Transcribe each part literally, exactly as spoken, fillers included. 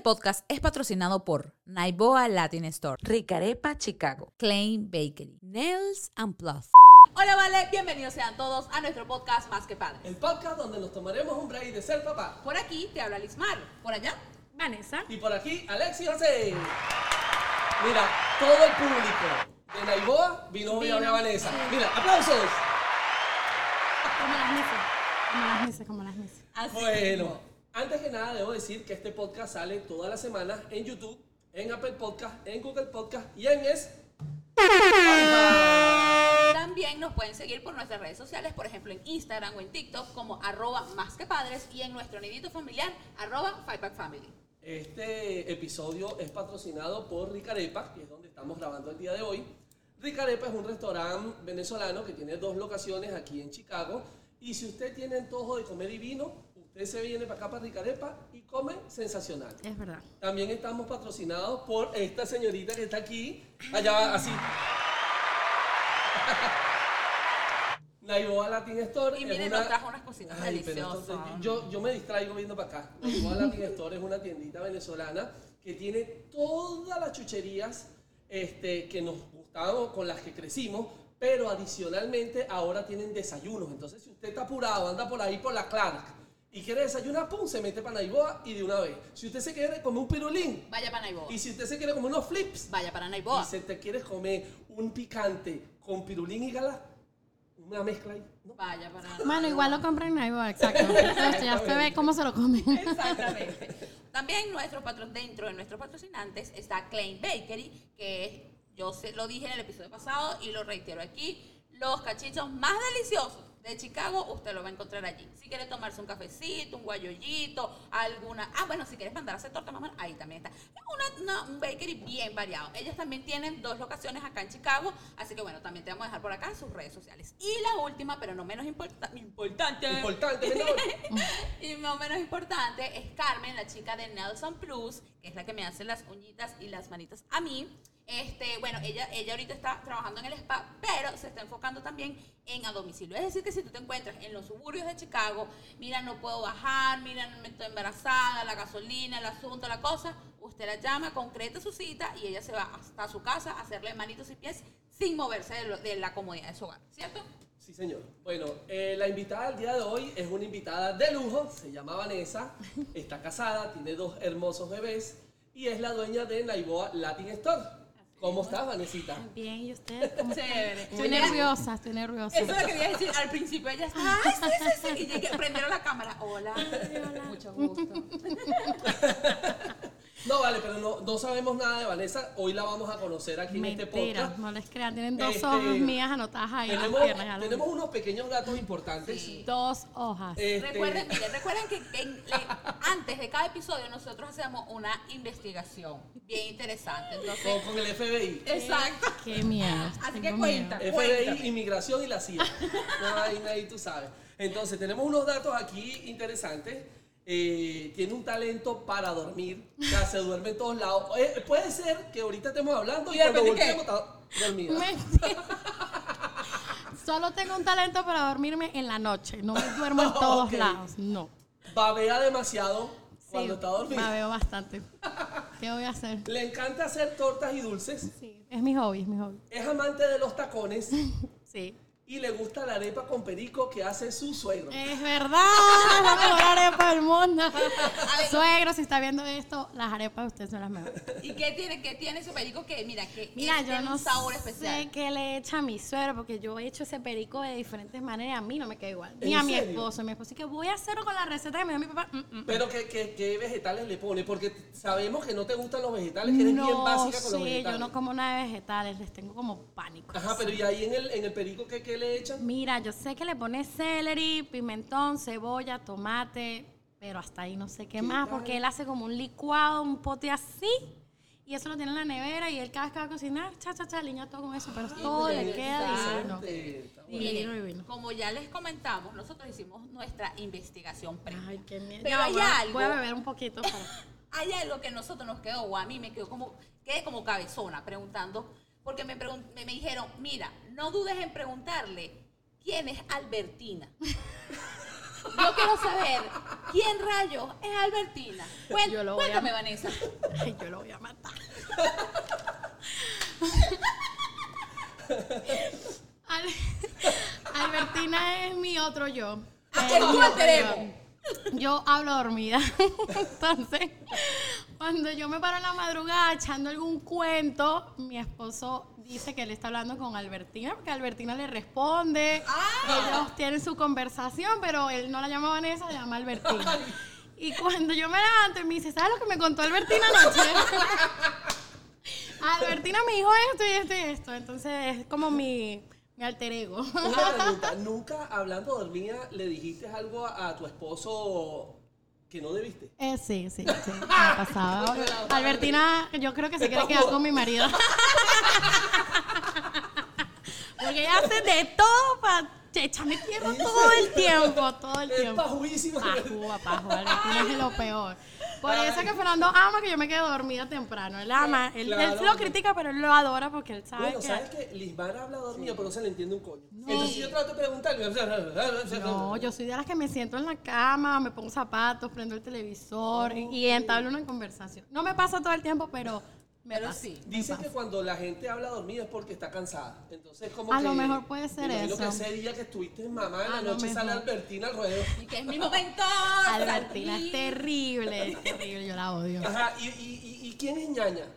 podcast es patrocinado por Naiboa Latin Store, Ricarepa Chicago, Klein Bakery, Nails and Plus. Hola, vale, bienvenidos sean todos a nuestro podcast Más que Padres. El podcast donde nos tomaremos un break de ser papá. Por aquí te habla Lismar, por allá Vanessa. Y por aquí, Alexis José. Mira, todo el público de Naiboa vino hoy a ver a Vanessa. Mira, aplausos. Como las meses, como las meses, como las meses. Así Bueno, mismo. antes que nada debo decir que este podcast sale todas las semanas en YouTube, en Apple Podcast, en Google Podcast y en Spotify. También nos pueden seguir por nuestras redes sociales, por ejemplo en Instagram o en TikTok como arroba más que padres y en nuestro nidito familiar arroba Five Pack Family. Este episodio es patrocinado por Ricarepa, que es donde estamos grabando el día de hoy. Ricarepa es un restaurante venezolano que tiene dos locaciones aquí en Chicago. Y si usted tiene antojo de comer divino, usted se viene para acá para Ricarepa y come sensacional. Es verdad. También estamos patrocinados por esta señorita que está aquí, allá así. Naiboa Latin Store. Y es miren, una... nos trajo unas cositas Ay, pero deliciosas. entonces, yo, yo me distraigo viendo para acá. Naiboa Latin Store es una tiendita venezolana que tiene todas las chucherías este, que nos gustaban, con las que crecimos, pero adicionalmente ahora tienen desayunos. Entonces, si usted está apurado, anda por ahí por la Clark y quiere desayunar, pum, se mete para Naiboa y de una vez. Si usted se quiere comer un pirulín, Vaya para Naiboa. y si usted se quiere comer unos flips, Vaya para y Naiboa. si te quieres comer un picante con pirulín y gala, una mezcla ahí, ¿no? Vaya para Bueno, igual lo compran en Naiboa, exacto. Entonces, ya se ve cómo se lo comen. Exactamente. También nuestro patro, dentro de nuestros patrocinantes está Klein Bakery, que es, yo se, lo dije en el episodio pasado y lo reitero aquí, los cachitos más deliciosos de Chicago, usted lo va a encontrar allí. Si quiere tomarse un cafecito, un guayollito, alguna... Ah, bueno, si quieres mandar a hacer torta, mamá, ahí también está. Una, una, un bakery bien variado. Ellos también tienen dos locaciones acá en Chicago, así que bueno, también te vamos a dejar por acá sus redes sociales. Y la última, pero no menos importa, importante... Importante, menor. Y no menos importante es Carmen, la chica de Nails and Plus, que es la que me hace las uñitas y las manitas a mí. Este, bueno, ella, ella ahorita está trabajando en el spa, pero se está enfocando también en a domicilio. Es decir, que si tú te encuentras en los suburbios de Chicago, mira, no puedo bajar, mira, me estoy embarazada, la gasolina, el asunto, la cosa, usted la llama, concreta su cita y ella se va hasta su casa a hacerle manitos y pies sin moverse de, lo, de la comodidad de su hogar, ¿cierto? Sí, señor. Bueno, eh, la invitada del día de hoy es una invitada de lujo, se llama Vanessa, está casada, tiene dos hermosos bebés y es la dueña de Naiboa Latin Store. ¿Cómo estás, Vanesita? Bien, ¿y usted? ¿Cómo está? Chévere. Estoy nerviosa, estoy nerviosa. Eso es lo que quería decir. Al principio ella estaba, ay, sí, sí, sí. Y llegué, prendieron la cámara. Hola. Hola. Mucho gusto. No, vale, pero no, no sabemos nada de Vanessa. Hoy la vamos a conocer aquí en este Mentira, podcast. no les crean, tienen dos Este, hojas mías anotadas ahí en las Tenemos, piernas. ya las tenemos vi. unos pequeños datos importantes. Sí. Dos hojas. Este, Recuerden, miren, recuerden que en- le- antes de cada episodio nosotros hacemos una investigación bien interesante. con, Entonces, con el F B I. exacto. Qué miedo. Así que tengo cuenta. miedo. F B I, Cuéntame. Inmigración y la C I A. No, ahí, ahí tú sabes. Entonces, tenemos unos datos aquí interesantes. Eh, tiene un talento para dormir. O sea, se duerme en todos lados. Eh, puede ser que ahorita estemos hablando y, ¿Y de cuando repente qué? volteemos está dormida. Mentira. Solo tengo un talento para dormirme en la noche. No me duermo en todos Ok. lados. No. Babea demasiado cuando Sí, está dormida. me veo bastante. ¿Qué voy a hacer? Le encanta hacer tortas y dulces. Sí, es mi hobby, es mi hobby. Es amante de los tacones. Sí. Y le gusta la arepa con perico que hace su suegro. Es verdad, es la mejor arepa del mundo. Suegro, si está viendo esto, las arepas de ustedes son las mejores. ¿Y qué tiene, qué tiene ese perico que, mira, que Mira, es yo de no un sabor sé especial? qué le echa a mi suegro, porque yo he hecho ese perico de diferentes maneras y a mí no me queda igual. ¿En Ni a mi serio? esposo. Mi esposo, y que voy a hacerlo con la receta que me dio mi papá. Mm, mm. Pero ¿qué, qué, qué vegetales le pone? Porque sabemos que no te gustan los vegetales, que eres bien No básica con los sé, vegetales. yo no como nada de vegetales, les tengo como pánico. Ajá, pero ¿y ahí en el, en el perico qué, qué le echan? Mira, yo sé que le pones celery, pimentón, cebolla, tomate, pero hasta ahí no sé qué, ¿Qué más, tal? porque él hace como un licuado, un pote así, y eso lo tiene en la nevera, y él cada vez que va a cocinar, cha, cha, cha, liña todo con eso, pero todo le queda divino. Interesante. Está bueno. Divino, Miren, divino. como ya les comentamos, nosotros hicimos nuestra investigación previa. Ay, qué miedo. Pero Ya, hay voy a- algo- Voy a beber un poquito para... Hay algo que a nosotros nos quedó, o a mí me quedó como, quedé como cabezona preguntando, porque me, pregun- me, me dijeron, mira, no dudes en preguntarle quién es Albertina. Yo quiero saber quién rayos es Albertina. Cuen- Yo lo voy a- cuéntame, Vanessa. Ay, yo lo voy a matar. Al- Albertina es mi otro yo. Ah, Es es tu mi alter otro ego. yo. Yo hablo dormida. Entonces, cuando yo me paro en la madrugada echando algún cuento, mi esposo dice que él está hablando con Albertina, porque Albertina le responde. Ellos tienen su conversación, pero él no la llama Vanessa, la llama Albertina. Y cuando yo me levanto y me dice, ¿sabes lo que me contó Albertina anoche? Albertina me dijo esto y esto y esto. Entonces es como mi, mi alter ego. Una pregunta, ¿nunca hablando dormida le dijiste algo a, a tu esposo que no debiste? Eh, sí, sí, sí, me ha pasado. Albertina, yo creo que se quiere quedar con mi marido. Porque ella hace de todo para echarme tierra todo el tiempo, todo el Es tiempo. pajuísimo. Pajúa, pajúa, Albertina es lo peor. Por eso que Fernando ama que yo me quede dormida temprano. Él ama, él, él Claro. lo critica, pero él lo adora porque él sabe Bueno, que... ¿sabes que Lismar habla dormida, pero no se le entiende un coño? No. Entonces yo trato de preguntarle. No, yo soy de las que me siento en la cama, me pongo zapatos, prendo el televisor y, y entablo una conversación. No me pasa todo el tiempo, pero me Pero pasa. sí. me Dicen pasa. que cuando la gente habla dormida es porque está cansada. Entonces, como A que. lo mejor puede ser me imagino eso. que ese día que estuviste en mamá en A la lo noche sale mejor. Albertina al ruedo. Y que es mi momento. Albertina es salir. terrible, es terrible, yo la odio. Ajá, ¿y, y, y, y quién es ñaña?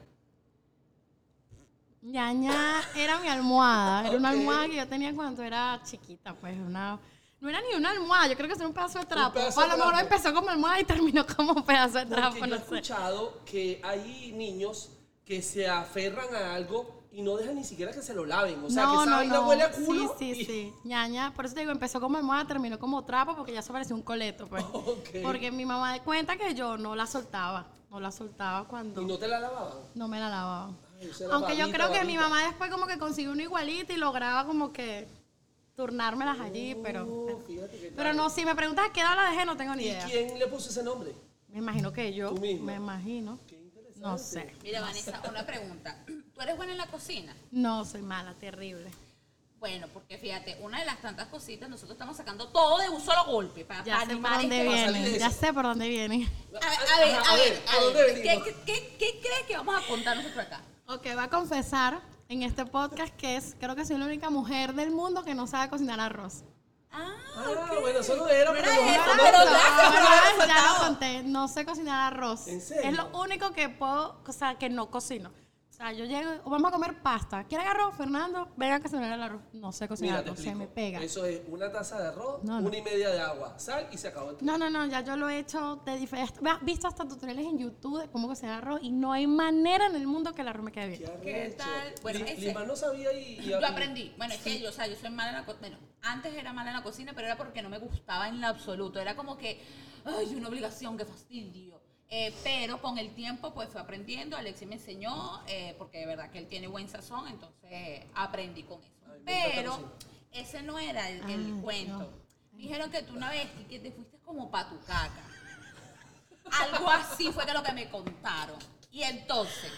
Ñaña era mi almohada, era una Ok. almohada que yo tenía cuando era chiquita, pues una... No era ni una almohada, yo creo que era un pedazo de trapo. pedazo O a de lo mejor trapo. empezó como almohada y terminó como un pedazo de trapo, Porque yo no he sé. escuchado que hay niños que se aferran a algo y no dejan ni siquiera que se lo laven. O sea, que esa vaina huele a culo. Sí, sí, y- sí. Ñaña, por eso te digo, empezó como almohada, terminó como trapo porque ya se parecía un coleto, pues. Ok. Porque mi mamá da cuenta que yo no la soltaba, no la soltaba cuando ¿Y no te la lavaban? no me la lavaba. Ay, eso era Aunque yo babita, creo que mi babita. mamá después como que consiguió una igualita y lograba como que turnármelas allí, pero... Oh, fíjate que Pero tal. no, si me preguntas a qué edad la dejé, no tengo ni ¿Y idea. quién le puso ese nombre? Me imagino que yo. ¿Tú misma? Me imagino. Qué interesante. No sé. Mira, Vanessa, una pregunta. ¿Tú eres buena en la cocina? No, soy mala, terrible. Bueno, porque fíjate, una de las tantas cositas, nosotros estamos sacando todo de un solo golpe para, Ya para sé por animar dónde este- va a salir viene. de Ya eso. sé por dónde viene. A ver, a ver, Ajá, a ver, ¿a a dónde ver, ¿qué, venimos? qué, qué, qué crees que vamos a contar nosotros acá? Ok, voy a confesar en este podcast que es, creo que soy la única mujer del mundo que no sabe cocinar arroz. Ah, Ah, bueno, eso no era, pero era no- eso, no- pero no- ya se Ah, me bueno, había ya soltado. lo conté, no sé cocinar arroz. ¿En serio? Es lo único que puedo, o sea, que no cocino. O sea, yo llego, o vamos a comer pasta. ¿Quieren arroz, Fernando? Venga a cocinar el arroz. No sé cocinar Mira, te arroz, se explico. me pega. Eso es una taza de arroz, No, no. una y media de agua, sal y se acabó el No, no, no, ya yo lo he hecho de diferentes. He visto hasta tutoriales en YouTube de cómo cocinar arroz y no hay manera en el mundo que el arroz me quede bien. ¿Qué, ¿Qué arrecho? tal? Bueno, Li- ese- Lismar no sabía y... y- Yo aprendí. Bueno, es que yo, o sea, yo soy mala en la cocina. Bueno, antes era mala en la cocina, pero era porque no me gustaba en lo absoluto. Era como que, ay, una obligación, qué fastidio. Eh, pero con el tiempo, pues fue aprendiendo. Alexis me enseñó, eh, porque de verdad que él tiene buen sazón, entonces aprendí con eso. Ay, me encanta Pero cocinar. ese no era el, el Ay, cuento. no. Me dijeron que tú una vez y que te fuiste como pa' tu caca. Algo así fue que lo que me contaron. Y entonces,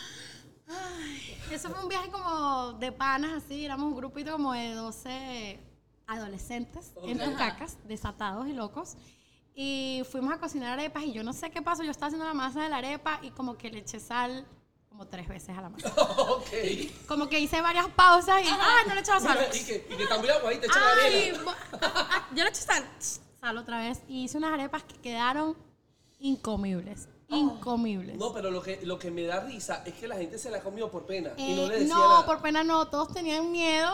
Eso fue un viaje como de panas, así. Éramos un grupito como de doce adolescentes en Ok. Tucacas, desatados y locos. Y fuimos a cocinar arepas y yo no sé qué pasó. Yo estaba haciendo la masa de la arepa y como que le eché sal como tres veces a la masa. ok. Como que hice varias pausas y ¡ah, no le echaba sal! Mira, y que, y que también agua ahí te echa la ¡Ay! arena. bu- ah, yo le eché sal. Sal otra vez. Y hice unas arepas que quedaron incomibles. Incomibles. No, pero lo que, lo que me da risa es que la gente se la comió por pena y no Eh, le decía no, nada. por pena no, todos tenían miedo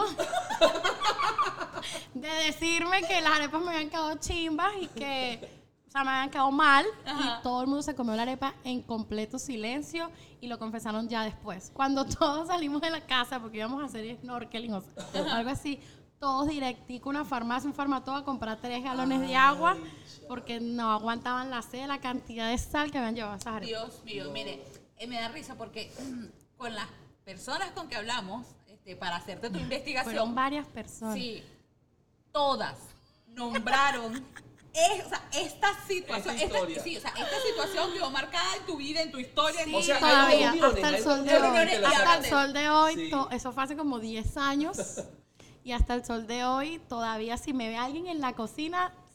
de decirme que las arepas me habían quedado chimbas y que, o sea, me habían quedado mal. Ajá. Y todo el mundo se comió la arepa en completo silencio y lo confesaron ya después. Cuando todos salimos de la casa, porque íbamos a hacer snorkeling o sea, algo así, todos directico a una farmacia, un farmatodo a comprar tres galones de agua porque no aguantaban la sed, la cantidad de sal que habían llevado esas arepas. Dios mío, mire, eh, me da risa porque mm, con las personas con que hablamos, este, para hacerte tu investigación, Fueron varias personas. sí, todas nombraron es- o sea, esta situación, Esta esta, historia. sí, o sea, esta situación quedó marcada en tu vida, en tu historia, en Sí, tu O sea, hay todavía, reuniones, hasta el hay sol de reuniones hoy. que la Hasta sacan. el sol de hoy, Sí. to- eso fue hace como diez años. Y hasta el sol de hoy, todavía si me ve alguien en la cocina,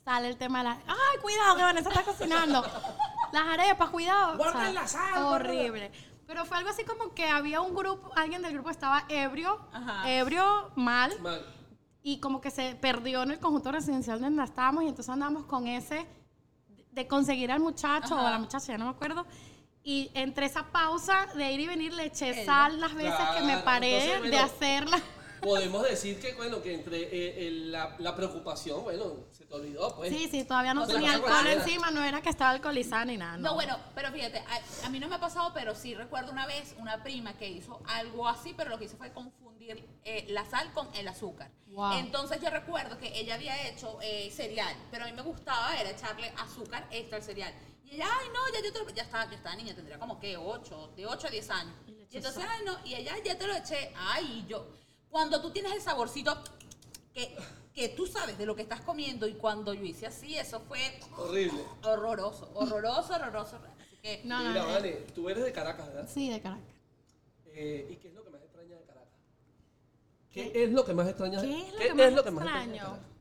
sale el tema de la... ¡Ay, cuidado, que Vanessa está cocinando! Las arepas, cuidado. Guarden O sea, la sal, horrible. Pero fue algo así como que había un grupo, alguien del grupo estaba ebrio, Ajá. ebrio, mal, Mal. y como que se perdió en el conjunto residencial donde estábamos, y entonces andamos con ese de conseguir al muchacho Ajá. o a la muchacha, ya no me acuerdo. Y entre esa pausa de ir y venir le eché Ella. sal las veces que me Claro, paré entonces, bueno, de hacerla. Podemos decir que, bueno, que entre eh, el- la, la preocupación, bueno, se te olvidó, pues. Sí, sí, todavía no O sea, tenía pasa alcohol cualquiera. encima, no era que estaba alcoholizada ni nada. No, bueno, pero fíjate, a, a mí no me ha pasado, pero sí recuerdo una vez una prima que hizo algo así, pero lo que hizo fue confundir eh, la sal con el azúcar. Wow. Entonces yo recuerdo que ella había hecho eh, cereal, pero a mí me gustaba era echarle azúcar extra al cereal. Y ella, ay, no, ya yo te lo... Ya estaba, ya estaba niña, tendría como que ocho, de ocho a diez años. Y le Y eché entonces, sal. ay, no, y ella, ya te lo eché. Ay, y yo... Cuando tú tienes el saborcito que, que tú sabes de lo que estás comiendo, y cuando yo hice así, eso fue Horrible. horroroso, horroroso, horroroso. Así que... No, no, Mira, no. Vane, tú eres de Caracas, ¿verdad? Sí, de Caracas. Eh, ¿Y qué es lo que más extraña de Caracas? ¿Qué, es lo que más extraña? ¿Qué es lo ¿Qué que más es lo que más extraño? extraña de Caracas?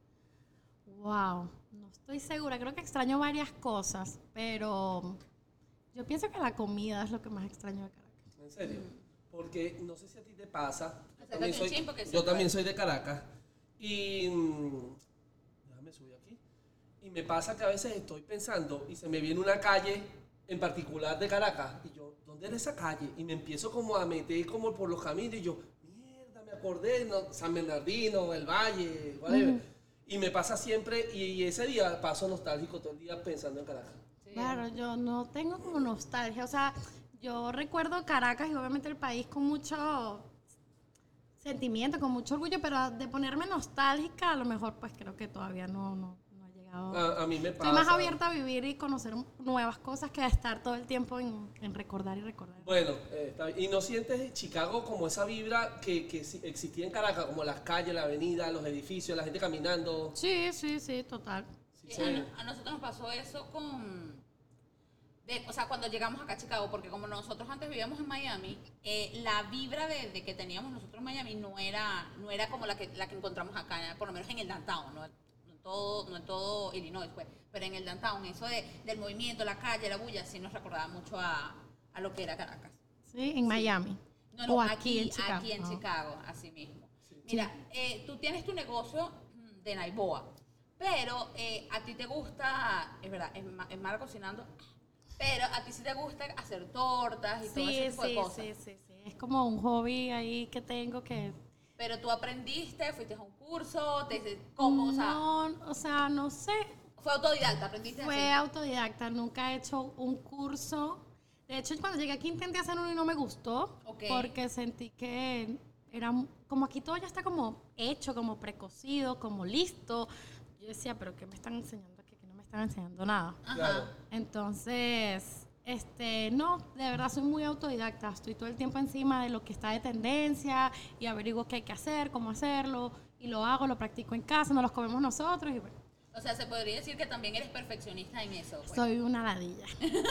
Wow, no estoy segura. Creo que extraño varias cosas, pero yo pienso que la comida es lo que más extraño de Caracas. ¿En serio? Porque no sé si a ti te pasa. Yo Acércate también un soy, chin porque se yo también puede. soy de Caracas. Y. mm, Déjame subir aquí. Y me pasa que a veces estoy pensando y se me viene una calle en particular de Caracas. Y yo, ¿dónde era esa calle? Y me empiezo como a meter como por los caminos. Y yo, mierda, me acordé. No, San Bernardino, El Valle, whatever. Y me pasa siempre. Y ese día paso nostálgico todo el día pensando en Caracas. Sí. Claro, yo no tengo como nostalgia. O sea, yo recuerdo Caracas y obviamente el país con mucho sentimiento, con mucho orgullo, pero de ponerme nostálgica, a lo mejor pues creo que todavía no, no, no ha llegado. A, a mí me pasa. Estoy más abierta a vivir y conocer nuevas cosas que a estar todo el tiempo en, en recordar y recordar. Bueno, eh, está bien. ¿Y no sientes en Chicago como esa vibra que, que sí existía en Caracas? Como las calles, la avenida, los edificios, la gente caminando. Sí, sí, sí, total. Sí, Sí, sí. a, no- a nosotros nos pasó eso con... de- o sea, cuando llegamos acá a Chicago, porque como nosotros antes vivíamos en Miami, eh, la vibra de, de que teníamos nosotros en Miami no era, no era como la que, la que encontramos acá, por lo menos en el downtown, no, no en todo, no en todo Illinois, pues, pero en el downtown, eso de, del movimiento, la calle, la bulla, sí nos recordaba mucho a, a lo que era Caracas. Sí, en Miami. No, no, o aquí, aquí, en Chicago. Aquí en Ah. Chicago, así mismo. Mira, eh, tú tienes tu negocio mm, de Naiboa, pero eh, a ti te gusta, es verdad, es, ma- es mala cocinando, pero a ti sí te gusta hacer tortas y todo Sí, ese tipo de sí, cosas. sí, sí, sí. Es como un hobby ahí que tengo que... Pero tú aprendiste, fuiste a un curso, te, ¿cómo? O sea, no, o sea, no sé. fue autodidacta, aprendiste Fue así. autodidacta, nunca he hecho un curso. De hecho, cuando llegué aquí intenté hacer uno y no me gustó. Ok. Porque sentí que era como aquí todo ya está como hecho, como precocido, como listo. Yo decía, pero ¿qué me están enseñando aquí? Que no me están enseñando nada. Ajá. Claro. Entonces, este, no, de verdad soy muy autodidacta. Estoy todo el tiempo encima de lo que está de tendencia y averiguo qué hay que hacer, cómo hacerlo, y lo hago, lo practico en casa, nos los comemos nosotros y bueno, O sea, se podría decir que también eres perfeccionista en eso. Pues. soy una ladilla.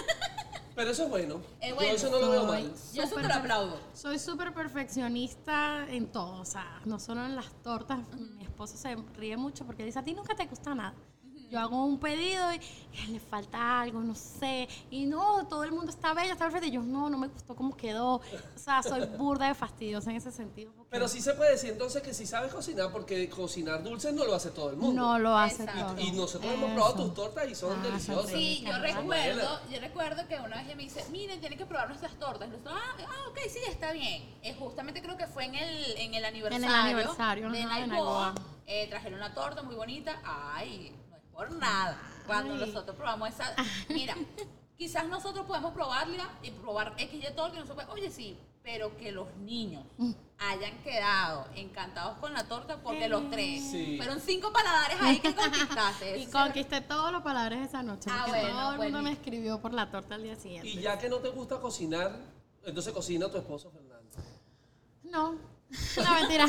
Pero eso es bueno. Es Yo bueno. eso no lo veo Soy- mal. Yo eso te súper lo aplaudo. Soy súper perfeccionista en todo, o sea, no solo en las tortas. Mi esposo se ríe mucho porque dice, a ti nunca te gusta nada. Yo hago un pedido y, y le falta algo, no sé, y no, todo el mundo está bello, está perfecto, y yo, no, no me gustó cómo quedó. O sea, soy burda de fastidiosa en ese sentido. porque Pero sí se puede decir entonces que sí sabes cocinar, porque cocinar dulces no lo hace todo el mundo. no lo hace Exacto. todo. Y nosotros hemos Eso. probado tus tortas y son Ah, deliciosas. son Sí, yo Son recuerdo, buenas. yo recuerdo que una vez ella me dice, miren, tienen que probar nuestras tortas. Y nosotros, ah, ah, ok, sí, está bien. Eh, justamente creo que fue en el, en el aniversario, aniversario, de ajá, de Naiboa. Naiboa. Eh, trajeron una torta muy bonita. Ay, no es por nada. Cuando Ay. nosotros probamos esa, mira, quizás nosotros podemos probarla y probar X y torta y nosotros, oye, sí, pero que los niños hayan quedado encantados con la torta porque los tres Sí. fueron cinco paladares ahí que conquistaste. Y Eso conquisté todos los palabras esa noche. Ah, porque bueno, todo el mundo buenísimo. me escribió por la torta al día siguiente. Y ya que no te gusta cocinar, entonces cocina tu esposo Fernando. No, no, mentira.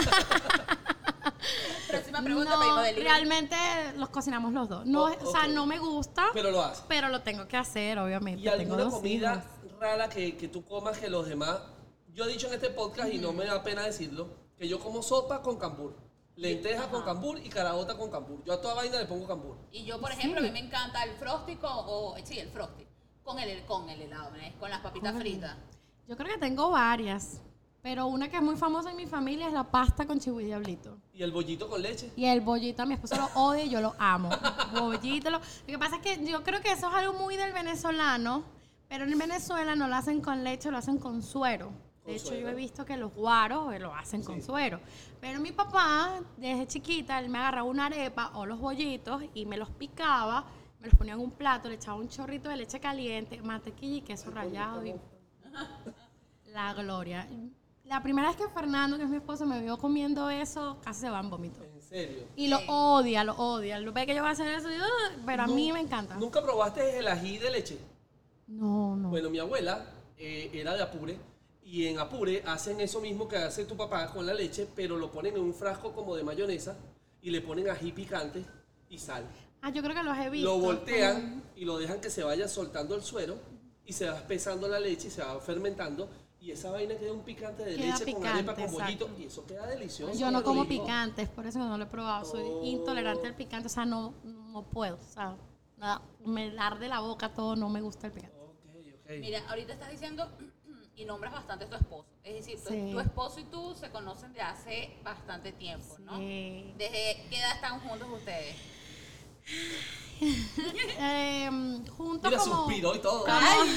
Próxima pregunta, no, pedimos delivery. realmente los cocinamos los dos. No, Oh, es- O sea, ok. no me gusta, pero, Pero lo haces. lo tengo que hacer, obviamente. ¿Y Tengo alguna dos comida hijos. rara que, que tú comas que los demás... Yo he dicho en este podcast, y no me da pena decirlo, que yo como sopa con cambur. Lenteja con cambur y caraota con cambur. Yo a toda vaina le pongo cambur. Y yo, por ejemplo, a mí me encanta el frosty con, o, sí, el frosty, con el, con el helado, ¿no? Con las papitas Con el- fritas. Yo creo que tengo varias, pero una que es muy famosa en mi familia es la pasta con chivo y diablito. Y el bollito con leche. Y el bollito, a mi esposo lo odia y yo lo amo. Bollito, lo... lo que pasa es que yo creo que eso es algo muy del venezolano, pero en Venezuela no lo hacen con leche, lo hacen con suero. De Con hecho, suero. yo he visto que los guaros eh, lo hacen con Sí. suero. Pero mi papá, desde chiquita, él me agarraba una arepa o los bollitos y me los picaba, me los ponía en un plato, le echaba un chorrito de leche caliente, mantequilla y queso rallado. Y... La gloria. La primera vez que Fernando, que es mi esposo, me vio comiendo eso, casi se va en vómito. En serio. Y lo Sí. odia, lo odia. Lo ve que yo voy a hacer eso, y, "Ugh", pero a mí me encanta. ¿Nunca probaste el ají de leche? No, no. Bueno, mi abuela eh, era de Apure y en Apure hacen eso mismo que hace tu papá con la leche, pero lo ponen en un frasco como de mayonesa y le ponen ají picante y sal. Ah, yo creo que los he visto. Lo voltean y lo dejan que se vaya soltando el suero y se va espesando la leche y se va fermentando y esa vaina queda un picante de Queda leche con picante, arepa con bollito exacto. y eso queda delicioso. Yo no qué como rico. picantes, por eso no lo he probado. Soy Oh. intolerante al picante, o sea, no, no puedo. O sea, nada, me arde la boca todo, no me gusta el picante. Ok, ok. Mira, ahorita estás diciendo y nombras bastante a tu esposo. Es decir, tu, Sí. tu esposo y tú se conocen de hace bastante tiempo, ¿no? Sí. ¿Desde qué edad están juntos ustedes? Eh, juntos Mira, como... suspiró y todo.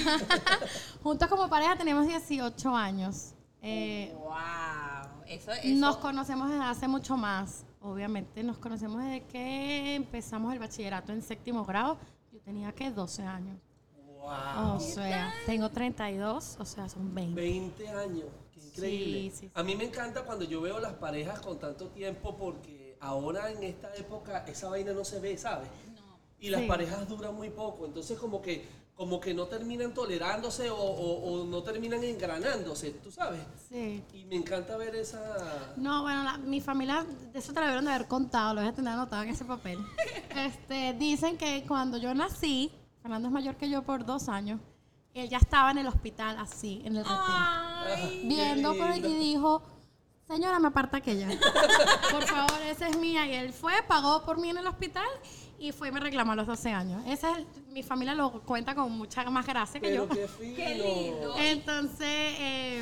Juntos como pareja tenemos dieciocho años. Eh, ¡Wow! Eso, eso. Nos conocemos desde hace mucho más, obviamente. Nos conocemos desde que empezamos el bachillerato en séptimo grado. Yo tenía que doce años. Wow. O sea, tengo treinta y dos, o sea, son veinte. veinte años, qué increíble. Sí, sí, sí. A mí me encanta cuando yo veo las parejas con tanto tiempo porque ahora en esta época esa vaina no se ve, ¿sabes? No. Y las Sí. parejas duran muy poco, entonces como que como que no terminan tolerándose o, o- o no terminan engranándose, ¿tú sabes? Sí. Y me encanta ver esa... No, bueno, la- mi familia, de eso te lo debieron de haber contado, lo voy a tener anotado en ese papel. Este, dicen que cuando yo nací, Fernando es mayor que yo por dos años, él ya estaba en el hospital así, en el retiro. Ay. Viendo qué por ahí y lindo. dijo, señora, me aparta aquella. Por favor, esa es mía. Y él fue, pagó por mí en el hospital y fue y me reclamó a los doce años. Ese es el- mi familia lo cuenta con mucha más gracia que Pero yo. qué fino. Qué lindo. Entonces, eh,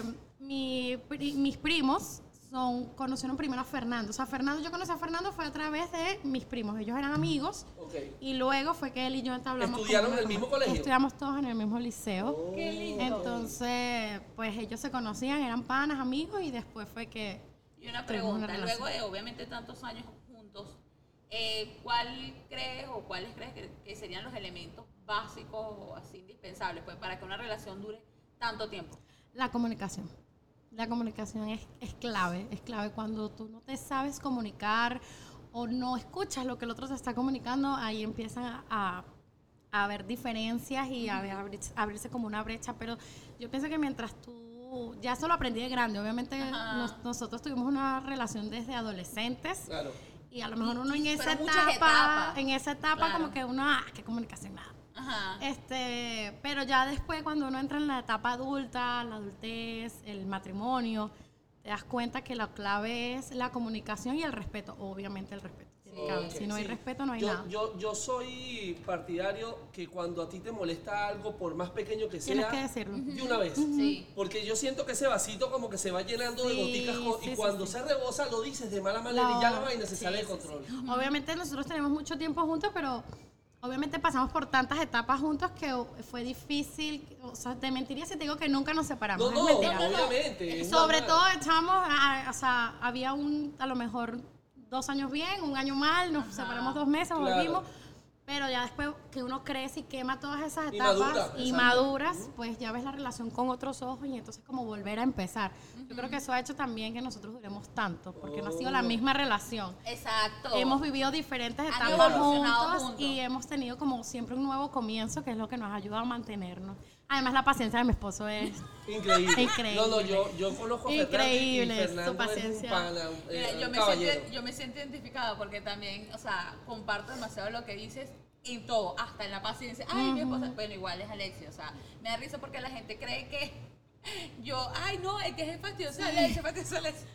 mi pri- mis primos son, conocieron primero a Fernando. O sea, Fernando, yo conocí a Fernando fue a través de mis primos. Ellos eran amigos. Ok. Y luego fue que él y yo entablamos. ¿Estudiaron como en el una- mismo colegio? Estudiamos todos en el mismo liceo. Qué lindo. Entonces, pues ellos se conocían, eran panas, amigos, y después fue que... Y una tuvimos una pregunta, luego relación. de obviamente tantos años juntos, eh, ¿cuál crees o cuáles crees que, que serían los elementos básicos o así indispensables pues, para que una relación dure tanto tiempo? La comunicación. La comunicación es, es clave, es clave. Cuando tú no te sabes comunicar o no escuchas lo que el otro te está comunicando, ahí empiezan a, a haber diferencias y a, a abrirse, abrirse como una brecha. Pero yo pienso que mientras tú, ya eso lo aprendí de grande, obviamente Ajá. nos- nosotros tuvimos una relación desde adolescentes. Claro. Y a lo mejor uno en esa Fueron muchas etapa, etapas. en esa etapa Claro. como que uno, ah, qué comunicación, nada. Ajá. Este, pero ya después cuando uno entra en la etapa adulta, la adultez, el matrimonio, te das cuenta que la clave es la comunicación y el respeto, obviamente el respeto. Tiene que haber. Ok, Si no hay sí. respeto, no hay yo, nada. Yo, yo soy partidario que cuando a ti te molesta algo, por más pequeño que Tienes sea, que decirlo. de una vez. Sí. Porque yo siento que ese vasito como que se va llenando de Sí, goticas con- sí, y sí, cuando sí. se rebosa lo dices de mala manera No, y ya la vaina se sí, sale de sí, control. Obviamente nosotros tenemos mucho tiempo juntos, pero obviamente pasamos por tantas etapas juntos que fue difícil. O sea, te mentiría si te digo que nunca nos separamos. No, es no, mentira. obviamente. es Sobre normal. todo echamos, a- o sea, había un, a lo mejor dos años bien, un año mal, nos separamos dos meses, Claro. volvimos. Pero ya después que uno crece y quema todas esas Y etapas madura, y exacto. maduras, pues ya ves la relación con otros ojos y entonces como volver a empezar. Yo creo que eso ha hecho también que nosotros duremos tanto, porque no ha sido la Oh. misma relación. Exacto. Hemos vivido diferentes Han etapas evolucionado juntos, juntos. y hemos tenido como siempre un nuevo comienzo, que es lo que nos ayuda a mantenernos. Además, la paciencia de mi esposo es... Increíble. Increíble. No, no, yo, yo conozco a Fernando Increíble, y Fernando su paciencia. es un pana, un, Mira, eh, yo, un me caballero. siento, yo me siento identificada porque también, o sea, comparto demasiado lo que dices en todo, hasta en la paciencia. Ay, mi esposa, bueno, igual es Alexia, o sea, me da risa porque la gente cree que yo, ay, no, es que es fastidiosa Alexia, fastidiosa Alexia.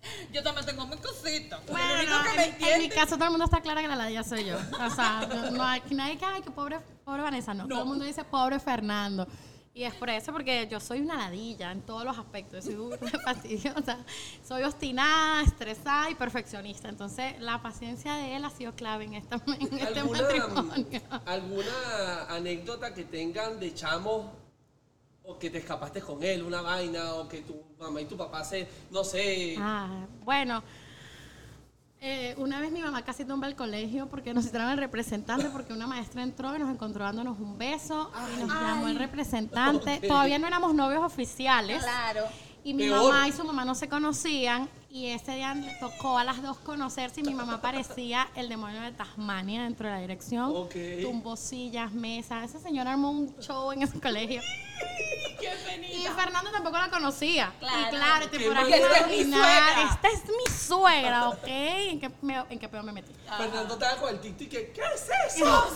Yo también tengo mis cositas. Bueno, El único no, que en, me en mi entiende. caso todo el mundo está clara que la ladilla soy yo. O sea, no, no hay nadie que, ay, que pobre, pobre Vanessa, no. No. Todo el mundo dice pobre Fernando. Y es por eso, porque yo soy una ladilla en todos los aspectos. Yo soy burda de fastidiosa, soy obstinada, estresada y perfeccionista. Entonces, la paciencia de él ha sido clave en, esta, en este ¿Alguna, matrimonio. ¿Alguna anécdota que tengan de chamos o que te escapaste con él, una vaina, o que tu mamá y tu papá se, no sé... Ah, bueno, eh, una vez mi mamá casi tumba el colegio porque nos citaron el representante porque una maestra entró y nos encontró dándonos un beso y nos llamó el representante. Ok. Todavía no éramos novios oficiales. Claro. Y mi Peor. mamá y su mamá no se conocían y ese día le tocó a las dos conocerse y mi mamá parecía el demonio de Tasmania dentro de la dirección. Ok. Tumbó sillas, mesas. Esa señora armó un show en ese colegio. ¡Qué Y penita! Fernando tampoco la conocía. Claro. Y claro, te Qué podrás bonito. Esta es mi imaginar, suegra. esta es mi suegra, ¿ok? ¿En qué, me, en qué peor me metí? Fernando estaba con el TikTok y que, ¿qué es eso?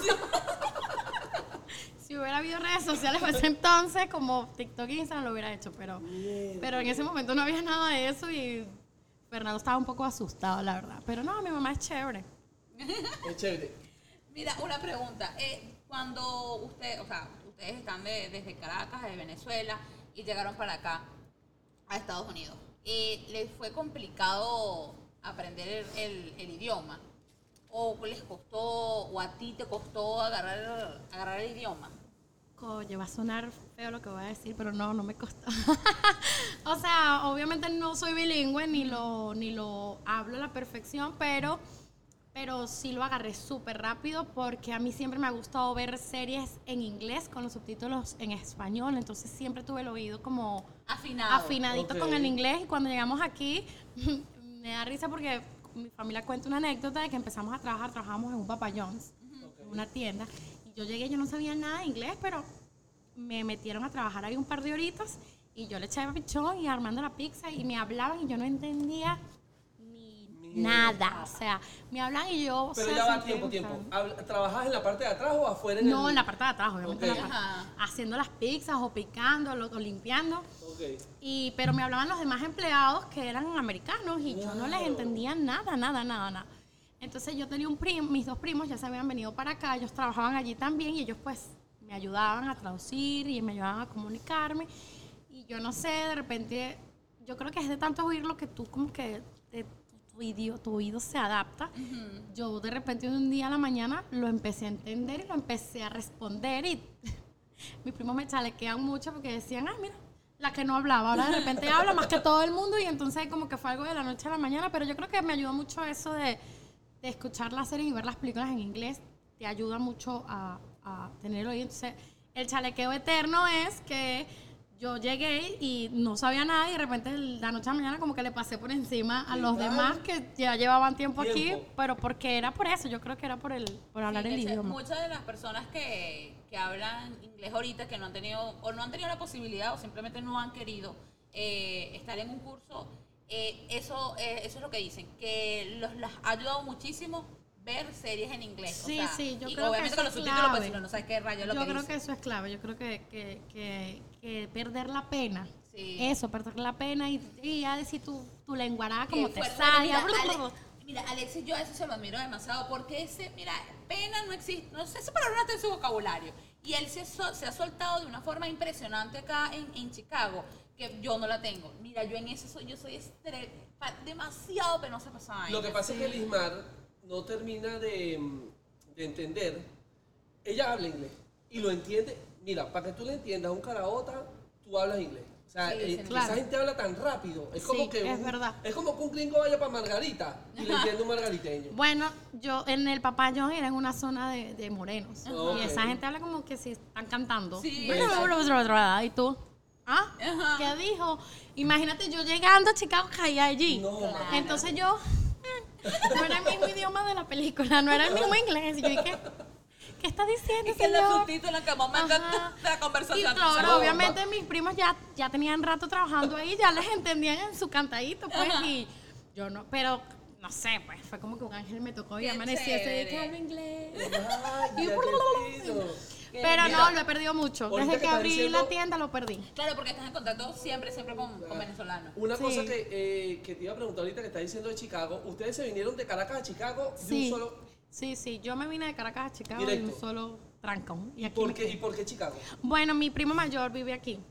Si hubiera habido redes sociales para ese entonces, como TikTok y Instagram lo hubiera hecho, pero, pero en ese momento no había nada de eso y Fernando estaba un poco asustado, la verdad. Pero no, mi mamá es chévere. Es chévere. Mira, una pregunta. Eh, cuando usted, o sea, ustedes están de- desde Caracas, de Venezuela, y llegaron para acá, a Estados Unidos, eh, ¿les fue complicado aprender el, el- el idioma? ¿O les costó, o a ti te costó agarrar, agarrar el idioma? Oye, va a sonar feo lo que voy a decir, pero no, no me costó. O sea, obviamente no soy bilingüe, ni lo, ni lo hablo a la perfección, pero, pero sí lo agarré súper rápido porque a mí siempre me ha gustado ver series en inglés con los subtítulos en español, entonces siempre tuve el oído como Afinado. afinadito Ok. con el inglés y cuando llegamos aquí me da risa porque mi familia cuenta una anécdota de que empezamos a trabajar, trabajábamos en un Papa John's, en una tienda, y yo llegué, yo no sabía nada de inglés, pero me metieron a trabajar ahí un par de horitas y yo le echaba pichón y armando la pizza y me hablaban y yo no entendía ni nada, o sea, me hablaban y yo... o Pero sea, ya va, sentía tiempo, que tiempo. estaba- Habla- ¿Trabajas en la parte de atrás o afuera en el...? No, en la parte de atrás, obviamente, en la Ok. parte- Ajá. haciendo las pizzas o picando o limpiando. Ok. Y, pero me hablaban los demás empleados que eran americanos y yo no les entendía nada, nada, nada, nada. Entonces yo tenía un primo, mis dos primos ya se habían venido para acá, ellos trabajaban allí también y ellos pues me ayudaban a traducir y me ayudaban a comunicarme. Y yo no sé, de repente, yo creo que es de tanto oírlo que tú como que te- tu, oído, tu oído se adapta. Yo de repente un día a la mañana lo empecé a entender y lo empecé a responder y mis primos me chalequean mucho porque decían, ah, mira, la que no hablaba, ahora de repente habla más que todo el mundo y entonces como que fue algo de la noche a la mañana, pero yo creo que me ayudó mucho eso de, de escuchar las series y ver las películas en inglés, te ayuda mucho a, a tener el oído. Entonces, el chalequeo eterno es que yo llegué y no sabía nada y de repente la noche a la mañana como que le pasé por encima a los Claro. demás que ya llevaban tiempo, aquí, Tiempo. pero porque era por eso, yo creo que era por el por hablar Sí, el que se- idioma. Muchas de las personas que, que hablan inglés ahorita, que no han tenido, o no han tenido la posibilidad, o simplemente no han querido eh, estar en un curso, eh, eso, eh, eso es lo que dicen, que los, las ha ayudado muchísimo ver series en inglés. Sí, o sea, sí, yo y creo que obviamente eso con los es subtítulos, pues clave. si no, no sabes qué rayo es lo Yo que creo dice. que eso es clave, yo creo que, que, que, que perder la pena, Sí. eso, perder la pena y, y ya decir tu, tu lenguará Que como te fuerte. sale. Mira, bla, bla, Ale- bla. mira, Alexis, yo a eso se lo admiro demasiado porque ese, mira, pena no existe, no sé, esa palabra no está en su vocabulario. Y él se, so- se ha soltado de una forma impresionante acá en, en Chicago, que yo no la tengo. Mira, yo en eso soy, yo soy estre- pa- demasiado penosa para esa vaina. Lo que pasa es que Lismar no termina de, de entender. Ella habla inglés y lo entiende. Mira, para que tú le entiendas a un caraota, tú hablas inglés. O sea, Sí, eh, sí, claro. esa gente habla tan rápido. Es como Sí, que es un, verdad. Es como que un gringo vaya para Margarita y le entiende un margariteño. Bueno, yo en el Papá John era en una zona de, de morenos. Ok. Y esa gente habla como que si están cantando. Sí, Bla, bla, bla, bla, bla, bla. ¿Y tú? ¿Ah? Ajá. ¿Qué dijo? Imagínate yo llegando a Chicago, caía allí. No, Claro. Entonces yo, no era el mismo idioma de la película, no era el mismo inglés. Y yo dije, ¿qué está diciendo, Y que los señor? subtítulos en qué momento Ajá. de la Y conversación. claro, No, obviamente mis primos ya, ya tenían rato trabajando ahí, ya les entendían en su cantadito, pues, Ajá. y yo no, pero no sé, pues, fue como que un ángel me tocó y Qué amanecí ese día que chévere. hablo inglés. Ay, Y ya, bla, bla, qué bla, bla. fino. Pero mira, no, lo he perdido mucho. ahorita Desde que que estás abrí diciendo- la tienda lo perdí. Claro, porque estás en contacto siempre, siempre con, con venezolanos. Una Sí. cosa que, eh, que te iba a preguntar ahorita que estás diciendo de Chicago, ustedes se vinieron de Caracas a Chicago de Sí. un solo... Sí, sí. Yo me vine de Caracas a Chicago de Directo. un solo trancón. Y aquí ¿Por me qué, quedé. ¿Y por qué Chicago? Bueno, mi primo mayor vive aquí.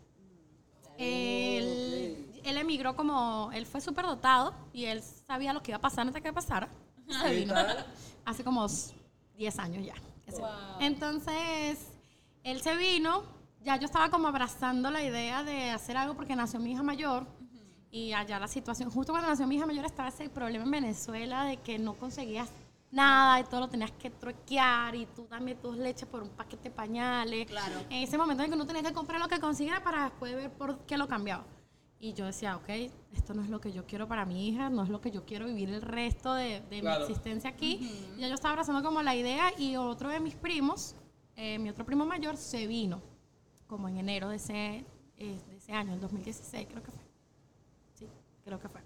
Él, él emigró como, él fue súper dotado y él sabía lo que iba a pasar antes de que pasara. Se ¿Qué vino tal? hace como diez años ya. que se- Wow. Entonces, él se vino, ya yo estaba como abrazando la idea de hacer algo porque nació mi hija mayor y allá la situación, justo cuando nació mi hija mayor estaba ese problema en Venezuela de que no conseguías nada y todo lo tenías que truequear y tú también tus leches por un paquete de pañales. Claro. En ese momento en que uno tenía que comprar lo que consiguiera para después ver por qué lo cambiaba. Y yo decía, ok, esto no es lo que yo quiero para mi hija, no es lo que yo quiero vivir el resto de, de Claro. mi existencia aquí. Y ya yo estaba abrazando como la idea y otro de mis primos, eh, mi otro primo mayor, se vino como en enero de ese, eh, de ese año, el dos mil dieciséis creo que fue. Sí, creo que fue.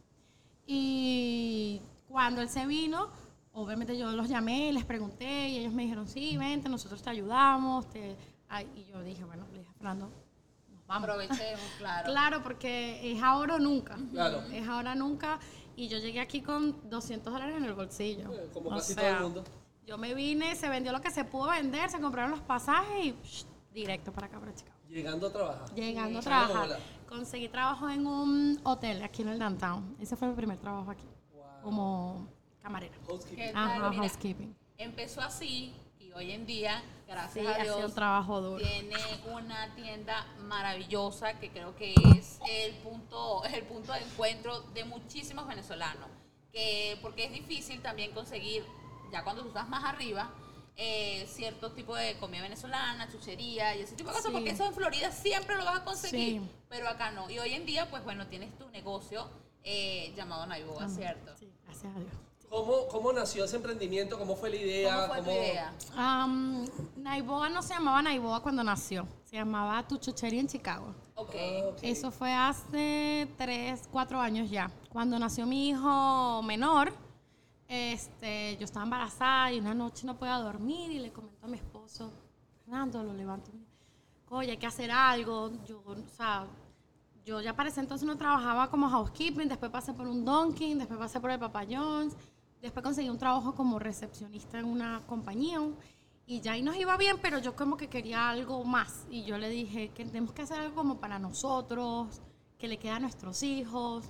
Y cuando él se vino, obviamente yo los llamé y les pregunté y ellos me dijeron, sí, vente, nosotros te ayudamos. Te... Ay, y yo dije, bueno, le dije a Fernando, nos vamos. Aprovechemos, claro. Claro, porque es ahora o nunca. Claro. Es ahora o nunca. Y yo llegué aquí con doscientos dólares en el bolsillo. Eh, como O casi sea, todo el mundo. Yo me vine, se vendió lo que se pudo vender, se compraron los pasajes y psh, directo para acá, para Chicago. Llegando a trabajar. Llegando a Sí. trabajar. Hola. Conseguí trabajo en un hotel aquí en el downtown. Ese fue mi primer trabajo aquí. Wow. Como camarera. Housekeeping. ¿Qué tal? Ajá, Mira, housekeeping. empezó así y hoy en día, gracias Sí, a ha sido Dios, un trabajo duro. tiene una tienda maravillosa que creo que es el punto, es el punto de encuentro de muchísimos venezolanos. Que, porque es difícil también conseguir, ya cuando tú estás más arriba, eh, cierto tipo de comida venezolana, chuchería y ese tipo de cosas, Sí. porque eso en Florida siempre lo vas a conseguir, Sí. pero acá no. Y hoy en día, pues bueno, tienes tu negocio eh, llamado Naiboa, ¿cierto? Sí, gracias a Dios. ¿Cómo, ¿Cómo nació ese emprendimiento? ¿Cómo fue la idea? ¿Cómo fue tu idea? Um, Naiboa no se llamaba Naiboa cuando nació. Se llamaba Tu Chuchería en Chicago. Ok. Ah, ok. Eso fue hace tres, cuatro años ya. Cuando nació mi hijo menor, este, yo estaba embarazada y una noche no podía dormir y le comento a mi esposo, Fernando, lo levanto, oye, hay que hacer algo. Yo, o sea, yo ya para ese entonces no trabajaba como housekeeping, después pasé por un Dunkin', después pasé por el Papa John's, después conseguí un trabajo como recepcionista en una compañía y ya ahí nos iba bien, pero yo como que quería algo más y yo le dije que tenemos que hacer algo como para nosotros, que le queda a nuestros hijos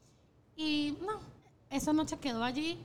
y no, esa noche quedó allí.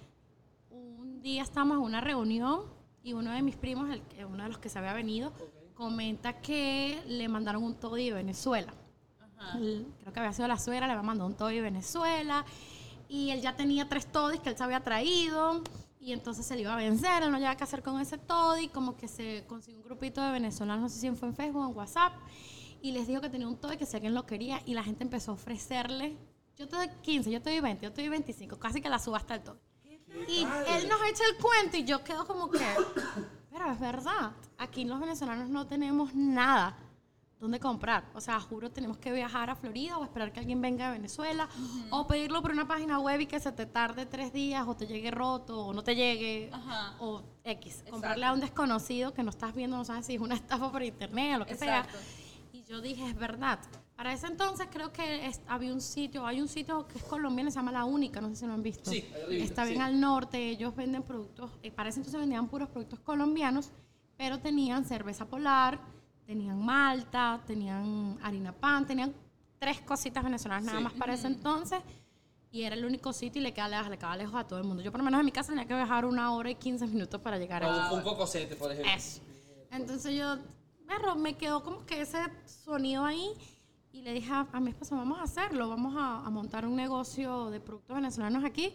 Un día estábamos en una reunión y uno de mis primos, el, que- uno de los que se había venido, comenta que le mandaron un toddy de Venezuela. Ajá. El- creo que había sido la suegra, le había mandado un toddy de Venezuela y él ya tenía tres toddies que él se había traído y entonces se le iba a vencer, él no sabía qué hacer con ese toddy, como que se consiguió un grupito de venezolanos, no sé si fue en Facebook o en WhatsApp, y les dijo que tenía un toddy que si alguien lo quería y la gente empezó a ofrecerle, yo te doy quince, yo te doy veinte, yo te doy veinticinco, casi que la subasta del toddy. Y él nos echa el cuento y yo quedo como que, pero es verdad, aquí los venezolanos no tenemos nada donde comprar. O sea, juro, tenemos que viajar a Florida o esperar que alguien venga de Venezuela o pedirlo por una página web y que se te tarde tres días o te llegue roto o no te llegue Ajá. o X. Exacto. Comprarle a un desconocido que no estás viendo, no sabes si es una estafa por internet o lo que Exacto. sea. Y yo dije, es verdad. Para ese entonces creo que es- había un sitio, hay un sitio que es colombiano, se llama La Única, no sé si lo han visto. Sí, ahí arribita, Está bien sí. al norte, ellos venden productos, eh, para ese entonces vendían puros productos colombianos, pero tenían cerveza polar, tenían malta, tenían harina pan, tenían tres cositas venezolanas nada Sí. más para ese entonces. Y era el único sitio y le quedaba lejos, le quedaba lejos a todo el mundo. Yo por lo menos en mi casa tenía que viajar una hora y quince minutos para llegar Para allí. un, un cocosete, por ejemplo. Eso. Entonces yo, perro, me quedó como que ese sonido ahí y le dije a, a mi esposa, vamos a hacerlo, vamos a, a montar un negocio de productos venezolanos aquí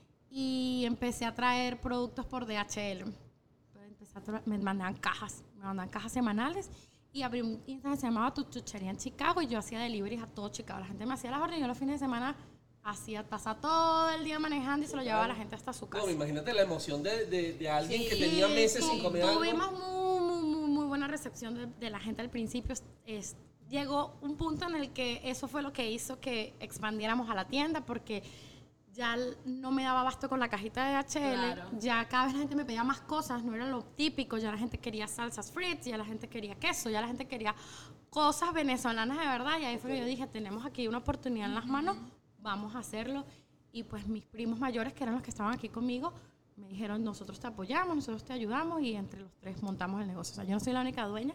y empecé a traer productos por D H L. Empecé a tra- me mandaban cajas, me mandaban cajas semanales y abrí un Instagram que se llamaba Tu Chuchería en Chicago y yo hacía deliveries a todo Chicago. La gente me hacía las órdenes y yo los fines de semana hacía, pasaba todo el día manejando y se lo llevaba a la gente hasta su casa. No, imagínate la emoción de, de, de alguien Sí, que tenía meses Sí, sin comer algo. Tuvimos muy, muy, muy, muy buena recepción de, de la gente al principio. Es- es- llegó un punto en el que eso fue lo que hizo que expandiéramos a la tienda porque ya no me daba abasto con la cajita de D H L, Claro. ya cada vez la gente me pedía más cosas, no era lo típico, ya la gente quería salsas fritas, ya la gente quería queso, ya la gente quería cosas venezolanas de verdad, y ahí fue que yo dije, tenemos aquí una oportunidad en las manos, vamos a hacerlo. Y pues mis primos mayores, que eran los que estaban aquí conmigo, me dijeron, nosotros te apoyamos, nosotros te ayudamos, y entre los tres montamos el negocio. O sea, yo no soy la única dueña.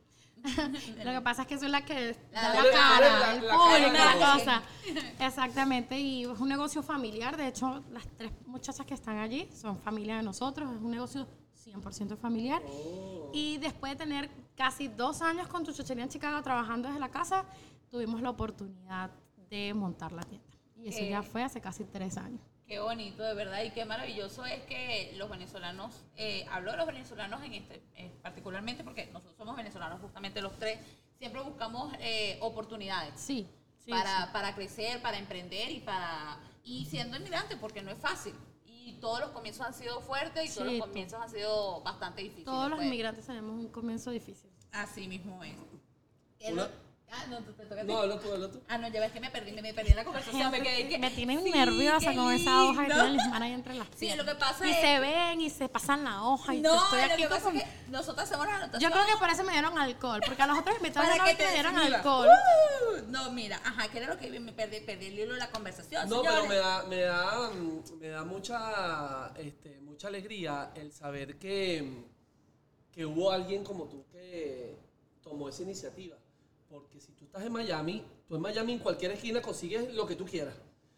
Lo que pasa es que soy la que da La- la cara, la- el la público, cara la del cosa. Exactamente, y es un negocio familiar. De hecho, las tres muchachas que están allí son familia de nosotros. Es un negocio cien por ciento familiar. Oh. Y después de tener casi dos años con Tu Chuchería en Chicago trabajando desde la casa, tuvimos la oportunidad de montar la tienda. Y eso Eh. ya fue hace casi tres años. Qué bonito, de verdad, y qué maravilloso es que los venezolanos, eh, hablo de los venezolanos en este, eh, particularmente porque nosotros somos venezolanos justamente los tres, siempre buscamos eh, oportunidades Sí, sí, para, sí. para crecer, para emprender y para y siendo inmigrante, porque no es fácil. Y todos los comienzos han sido fuertes y todos Sí, los to- comienzos han sido bastante difíciles. Todos los pues. inmigrantes tenemos un comienzo difícil. Así mismo es. Una- Ah, no, te, te toca a ti. No, habla tú, habla tú. Ah, no, ya ves que me perdí, me, me perdí en la conversación. Me quedé que... Me tienen Sí, nerviosa qué con esa hoja y lindo. tienen las manos ahí entre las Sí, piernas. lo que pasa y es... se ven y se pasan la hoja y No, yo estoy lo aquí que pasa como... es que nosotros hacemos las anotaciones. Yo creo que por eso me dieron alcohol, porque a los otros invitados Para no que me te dieron mira. alcohol. Uh, no, mira, ajá, ¿qué era lo que me perdí? Perdí el hilo de la conversación, No, señores. pero me da, me da, mm, me da mucha, este, mucha alegría el saber que, que hubo alguien como tú que tomó esa iniciativa. Porque si tú estás en Miami, tú en Miami en cualquier esquina consigues lo que tú quieras.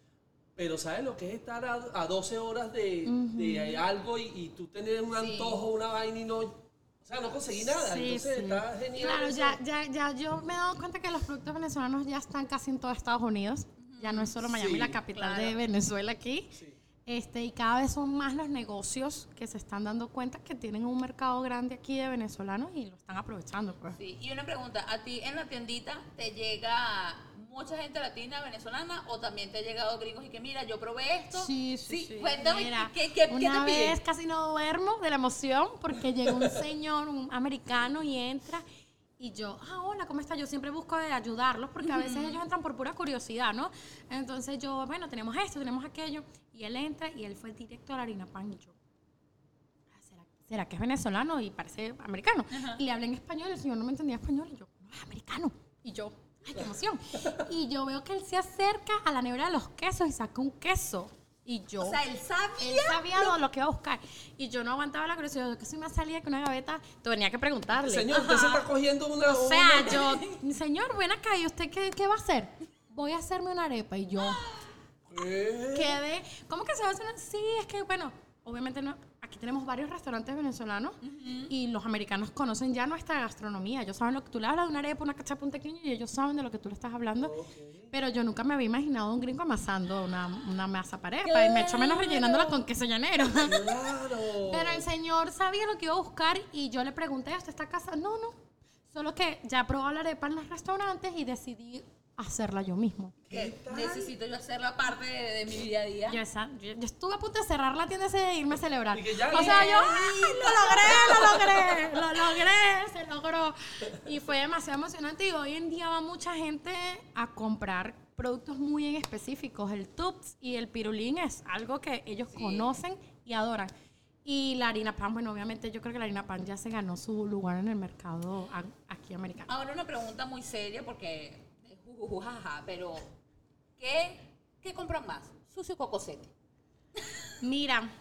Pero ¿sabes lo que es estar a, a doce horas de, de algo y, y tú tener un Sí. antojo, una vaina y no... O sea, no conseguí nada. Sí, Entonces sí. está genial. Claro, eso. ya, ya, ya yo me he dado cuenta que los productos venezolanos ya están casi en todo Estados Unidos. Ya no es solo Miami, Sí, la capital claro. de Venezuela aquí. Sí. Este, y cada vez son más los negocios que se están dando cuenta que tienen un mercado grande aquí de venezolanos y lo están aprovechando, pues. Sí, y una pregunta, ¿a ti en la tiendita te llega mucha gente latina, venezolana, o también te ha llegado gringos y que mira, yo probé esto? Sí, sí, sí. Cuéntame, Mira, ¿qué, qué, qué una te piden? vez casi no duermo de la emoción porque llegó un señor, un americano, y entra y yo, ah, hola, ¿cómo está? Yo siempre busco de ayudarlos porque a veces ellos entran por pura curiosidad, ¿no? Entonces yo, bueno, tenemos esto, tenemos aquello, y él entra y él fue directo a la harina pan y yo, ah, ¿será, será que es venezolano y parece americano? Y le hablé en español y el señor no me entendía español y yo, no, es americano. Y yo, ay, qué emoción. Y yo veo que él se acerca a la nevera de los quesos y saca un queso. Y yo, O sea, él sabía. él sabía lo, lo que iba a buscar. Y yo no aguantaba la curiosidad. Que si me salía que una gaveta, tenía que preguntarle. Señor, usted se está cogiendo una... O sea, una- yo, señor, ven acá. ¿Y usted qué, qué va a hacer? Voy a hacerme una arepa. Y yo ¿Qué? quedé. ¿Cómo que se va a hacer una? Sí, es que, bueno, obviamente no. Aquí tenemos varios restaurantes venezolanos y los americanos conocen ya nuestra gastronomía. Ellos saben lo que tú le hablas de una arepa, una cachapa, un tequeño, y ellos saben de lo que tú le estás hablando. Pero yo nunca me había imaginado un gringo amasando una, una masa para arepa y me echo menos rellenándola con queso llanero. Claro. Pero el señor sabía lo que iba a buscar y yo le pregunté, ¿usted está casado? No, no. Solo que ya probé la arepa en los restaurantes y decidí hacerla yo mismo. Que necesito yo hacerla parte de, de mi día a día. Yo, esa- yo- yo estuve a punto de cerrar la tienda ese e irme a celebrar. Y que ya O sea, bien. yo, ¡ay, lo logré, lo logré! Lo logré, se logró. Y fue demasiado emocionante y hoy en día va mucha gente a comprar productos muy en específicos. El Tubs y el Pirulín es algo que ellos Sí. conocen y adoran. Y la harina pan, bueno, obviamente yo creo que la harina pan ya se ganó su lugar en el mercado a- aquí americano. Ahora una pregunta muy seria porque es jujuju, jaja, pero ¿qué, qué compran más? ¿Sucio o cocosete? Mira,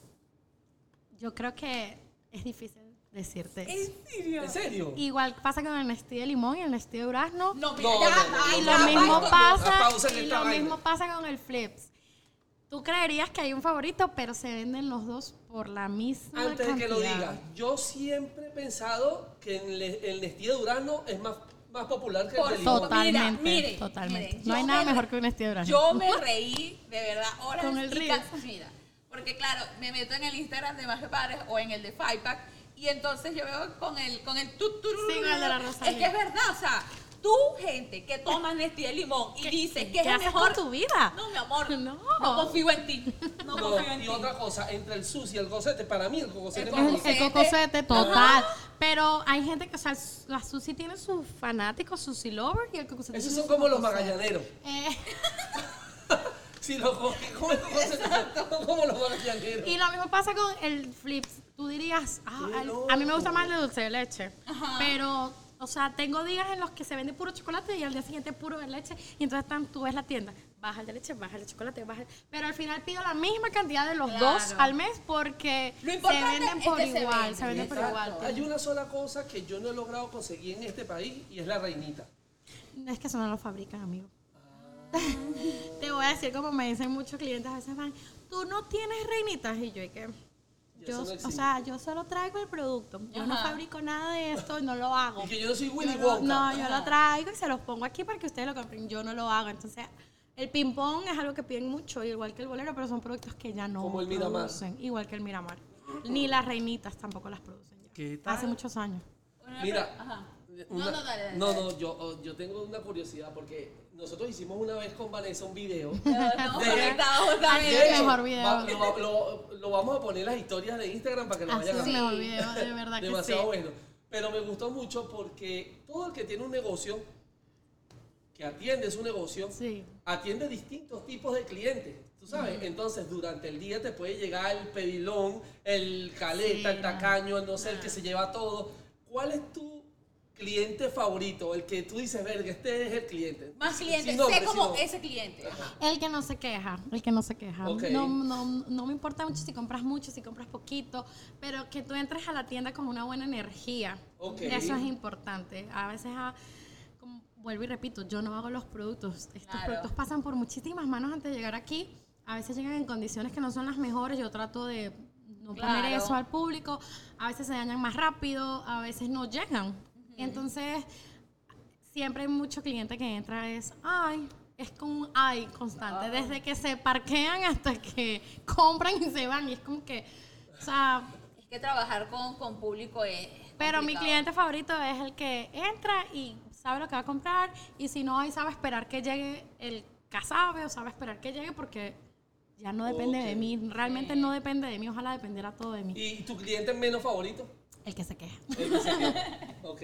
yo creo que es difícil decirte eso. serio? ¿En serio? Igual pasa con el Nestlé de limón y el Nestlé de durazno. No, mira, No, ya, no, no, ay, Y no, lo ya, mismo ay, pasa, pausa en y esta lo vaina. mismo pasa con el Flips. Tú creerías que hay un favorito, pero se venden los dos por la misma Antes de que lo cantidad. digas, yo siempre he pensado que el, el Nestlé de Durazno es más, más popular que el Por de limón. Totalmente, Mira, miren, totalmente. miren, no hay yo nada me- mejor que un Nestlé de durazno. Yo me reí, de verdad, horas. Con el y Reels. ca- Mira, porque claro, me meto en el Instagram de Más que Padres o en el de Five Pack y entonces yo veo con el con el tut, tut, Sí, con el de la Rosalía. Es que es verdad, o sea, tú, gente que toma Nestlé de limón y dice que es ¿Qué el haces mejor. con tu vida? No, mi amor. No. No confío en ti. No, No, confío en y ti. otra cosa, entre el sushi y el cocete, para mí el cocete El es más El, rico. el cocosete, total. Pero hay gente que, o sea, la Susi tiene sus fanáticos, Susi Lover, y el cocosete Esos tiene son su como los cocosete. magallaneros. Eh, Si lo coges, ¿cómo lo coges? ¿Cómo lo marcianeros? Y lo mismo pasa con el flips. Tú dirías, ah, Qué el- loco. a mí me gusta más el de dulce de leche. Pero, o sea, tengo días en los que se vende puro chocolate y al día siguiente puro de leche. Y entonces tan, tú ves la tienda, baja el de leche, baja el de chocolate, baja el... Pero al final pido la misma cantidad de los Claro. dos al mes porque Lo se importante venden es por que se igual, venden. se venden por Exacto. igual. Hay una sola cosa que yo no he logrado conseguir en este país y es la reinita. Es que eso no lo fabrican, amigo. Te voy a decir, como me dicen muchos clientes, a veces van, tú no tienes reinitas. Y yo, ¿y qué? Y Yo, eso no o existe. sea, yo solo traigo el producto. Yo no Ajá. fabrico nada de esto y no lo hago. Y que yo no soy Willy Yo no, Wonka. no, yo lo traigo y se los pongo aquí para que ustedes lo compren. Yo no lo hago. Entonces, el ping-pong es algo que piden mucho, igual que el bolero, pero son productos que ya no Como el Miramar. producen. Igual que el Miramar. Ni las reinitas tampoco las producen ya. ¿Qué tal? Hace muchos años. Una Mira, pre- Ajá. una- no, no, dale, dale. no, no, yo, oh, yo tengo una curiosidad porque nosotros hicimos una vez con Vanessa un video. Estamos De- conectados otra Ay, vez. el mejor video. va- lo, va- lo- lo vamos a poner en las historias de Instagram para que lo Así vayan a es el ver. mejor video, de verdad que sí. Demasiado bueno. Pero me gustó mucho porque todo el que tiene un negocio, que atiende su negocio, Sí. atiende distintos tipos de clientes. ¿Tú sabes? Entonces, durante el día te puede llegar el pedilón, el caleta, Sí, el tacaño, el no sé, el que se lleva todo. ¿Cuál es tu cliente favorito? El que tú dices, verga, este es el cliente. Más Sin- clientes, sin nombre, sé sin como nombre. ese cliente. El que no se queja, el que no se queja. Ok. No, no, no me importa mucho si compras mucho, si compras poquito, pero que tú entres a la tienda con una buena energía. Ok. Eso es importante. A veces, ah, como vuelvo y repito, yo no hago los productos. Estos Claro. productos pasan por muchísimas manos antes de llegar aquí. A veces llegan en condiciones que no son las mejores. Yo trato de no poner Claro. eso al público. A veces se dañan más rápido, a veces no llegan. Entonces, siempre hay mucho cliente que entra es, ay, es con un ay constante, desde que se parquean hasta que compran y se van. Y es como que, o sea, Es que trabajar con, con público es pero mi complicado. cliente favorito es el que entra y sabe lo que va a comprar. Y si no, ahí sabe esperar que llegue el casabe o sabe esperar que llegue porque ya no depende Ok. de mí. Realmente no depende de mí, ojalá dependiera todo de mí. ¿Y tu cliente menos favorito? El que se queja. El que se queda. Ok.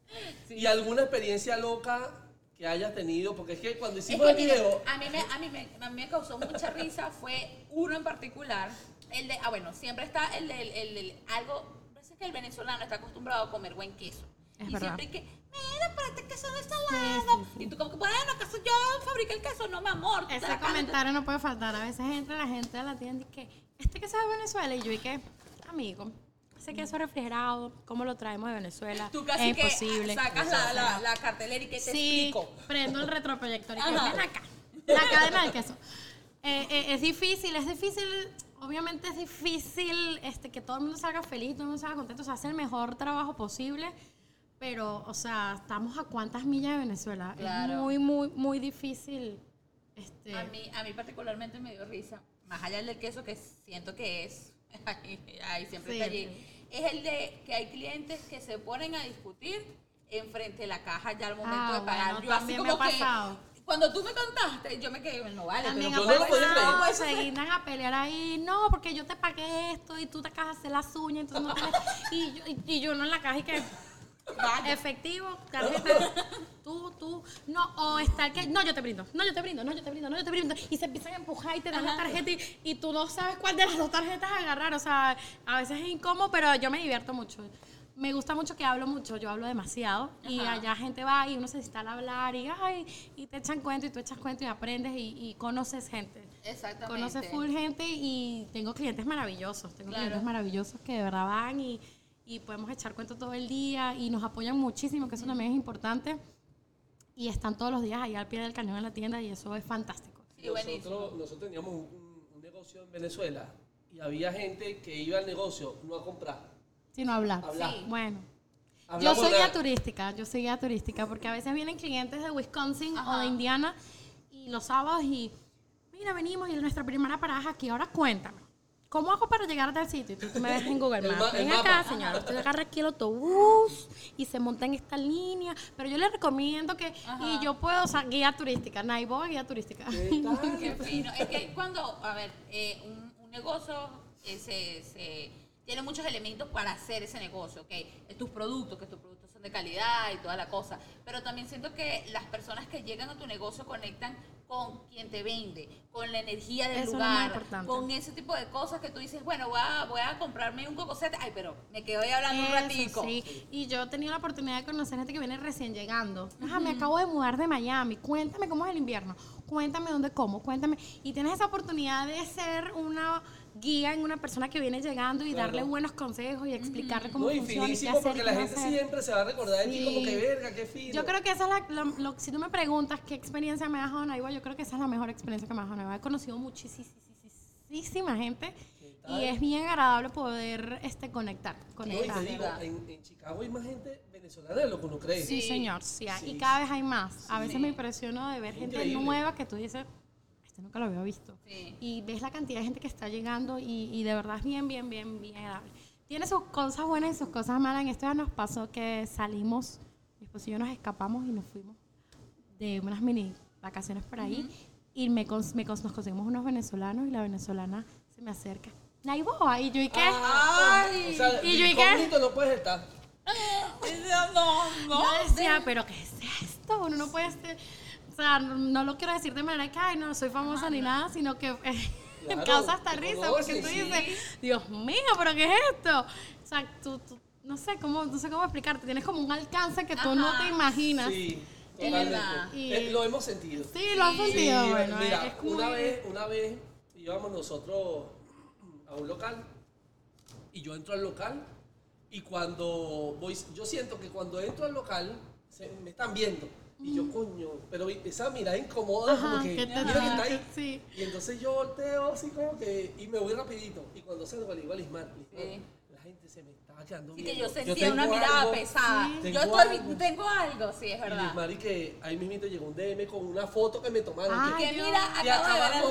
¿Y alguna experiencia loca que hayas tenido? Porque es que cuando Es hicimos que, el mire, video... a mí, me, a, mí me, a mí me causó mucha risa fue uno en particular, el de, ah bueno, siempre está el del, el, del- algo, parece que el venezolano está acostumbrado a comer buen queso. Es y verdad. siempre que, mira, pero este queso no está salado. Sí, sí, sí. Y tú como que, bueno, ¿acaso yo fabriqué el queso? No, mi amor. Ese Acá- comentario no puede faltar. A veces entra la gente a la tienda y que, este queso es de Venezuela. Y yo, ¿y qué? Amigo, ese queso refrigerado, ¿cómo lo traemos de Venezuela? Tú casi es que imposible. sacas la, la, la cartelera y que te Sí, explico. prendo el retroproyector y que Ajá. ven acá, la cadena del queso. Eh, eh, es difícil, es difícil, obviamente es difícil este, que todo el mundo salga feliz, todo el mundo salga contento, se hace el mejor trabajo posible, pero, o sea, estamos a cuántas millas de Venezuela. Claro. Es muy, muy, muy difícil. Este, A mí, a mí particularmente me dio risa, más allá del queso que siento que es, ahí, ahí siempre Sí, está allí, sí. es el de que hay clientes que se ponen a discutir enfrente de la caja ya al momento Ah, de pagar. bueno, Yo así también me como ha que, pasado. cuando tú me contaste, yo me quedé, no vale, También pero yo no lo podía pasado, creer. se guindan a pelear ahí, no, porque yo te pagué esto y tú te acabas de hacer las uñas, entonces no tienes... y, yo, y, y yo no en la caja y que... Efectivo, tarjeta, tú, tú, no, o está el que, no, yo te brindo, no, yo te brindo, no, yo te brindo, no, yo te brindo, y se empiezan a empujar y te dan la tarjeta y, y tú no sabes cuál de las dos tarjetas agarrar, o sea, a veces es incómodo, pero yo me divierto mucho. Me gusta mucho que hablo mucho, yo hablo demasiado, y Ajá. allá gente va y uno se instala a hablar y, ay, y te echan cuento y tú echas cuento y aprendes y, y conoces gente. exactamente. Conoces full gente y tengo clientes maravillosos, tengo Claro. clientes maravillosos que de verdad van y, y podemos echar cuentos todo el día y nos apoyan muchísimo, que eso también es importante. Y están todos los días ahí al pie del cañón en la tienda y eso es fantástico. Sí, buenísimo. Nosotros, nosotros teníamos un, un- un negocio en Venezuela y había gente que iba al negocio no a comprar, Sin no hablar. a hablar. Sí. Bueno. Yo Hablamos soy de- guía turística, yo soy guía turística porque a veces vienen clientes de Wisconsin Ajá. o de Indiana y los sábados y mira, venimos y nuestra primera parada es aquí, ahora cuéntame. ¿Cómo hago para llegar a tal sitio? Y tú, tú me ves en Google El Maps. ma- el Ven acá, mapa. señora. Usted agarra aquí el autobús y se monta en esta línea. Pero yo le recomiendo que... Ajá. Y yo puedo, o sea, guía turística. Naiboa, guía turística. ¿Qué tal? Qué fino. Es que cuando, a ver, eh, un, un negocio eh, se, se- tiene muchos elementos para hacer ese negocio, ¿ok? Es tus productos, que tus productos son de calidad y toda la cosa. Pero también siento que las personas que llegan a tu negocio conectan con quien te vende, con la energía del Eso es lo más lugar, importante. con ese tipo de cosas que tú dices, bueno, voy a, voy a comprarme un cocosete, ay, pero me quedo ahí hablando un Eso, ratico. sí. Y yo he tenido la oportunidad de conocer gente que viene recién llegando. Ajá, me acabo de mudar de Miami. Cuéntame cómo es el invierno. Cuéntame dónde como. Cuéntame. Y tienes esa oportunidad de ser una guía en una persona que viene llegando y Claro. darle buenos consejos y explicarle cómo No, y funciona y qué finísimo hacer, porque qué la no gente hacer. siempre se va a recordar de ti como Sí. que verga, qué fino. Yo creo que esa es la, la- lo- si tú me preguntas qué experiencia me ha dejado Naiboa, yo creo que esa es la mejor experiencia que me ha dejado Naiboa. He conocido muchísima gente tal? y es bien agradable poder este, conectar. No, y conectar. te digo, en, en Chicago hay más gente venezolana de lo que uno cree. Sí, Sí. señor, sí, hay- Sí. y cada vez hay más. A veces Sí. me impresiono de ver gente Increíble. nueva que tú dices, este nunca lo había visto. Sí. Y ves la cantidad de gente que está llegando y, y de verdad es bien, bien, bien, bien agradable. Tiene sus cosas buenas y sus cosas malas. En esto ya nos pasó que salimos, mi esposo y yo nos escapamos y nos fuimos de unas mini vacaciones por ahí. Y me, cons- me cons- nos conseguimos unos venezolanos y la venezolana se me acerca. Naiboa, y yo, ¿y qué? Ay, o sea, ¿Y yo y qué? incógnito no puedes estar. No, no. Yo decía, pero ¿qué es esto? Uno no puede ser, o sea, no, no lo quiero decir de manera que, ay, no soy famosa ni nada, sino que eh, Claro, causa hasta te risa, conocen, porque tú sí. dices, Dios mío, pero ¿qué es esto? O sea, tú, tú- no sé cómo, no sé cómo explicarte, tienes como un alcance que tú no Ajá. te imaginas. Sí, Es totalmente. verdad. Y- Eh, lo hemos sentido. Sí, lo has sentido, Sí, bueno, mira, es como una que- vez, una vez íbamos nosotros a un local y yo entro al local y cuando voy, yo siento que cuando entro al local se, me están viendo y yo coño, pero esa mirada incomoda Ajá, como que que te- mira que está ahí. sí. Y entonces yo volteo así como que y me voy rapidito y cuando salgo le digo a Lismar, Lismar, Sí. la gente se me estaba quedando Sí, que viendo. yo sentía tengo una mirada algo, pesada. Sí. Yo tengo estoy, algo. tengo algo, sí, es Y verdad. Lismar, y que ahí mismito llegó un D M con una foto que me tomaron. Ay, que- Que Dios. mira, y acabo de ver acabamos.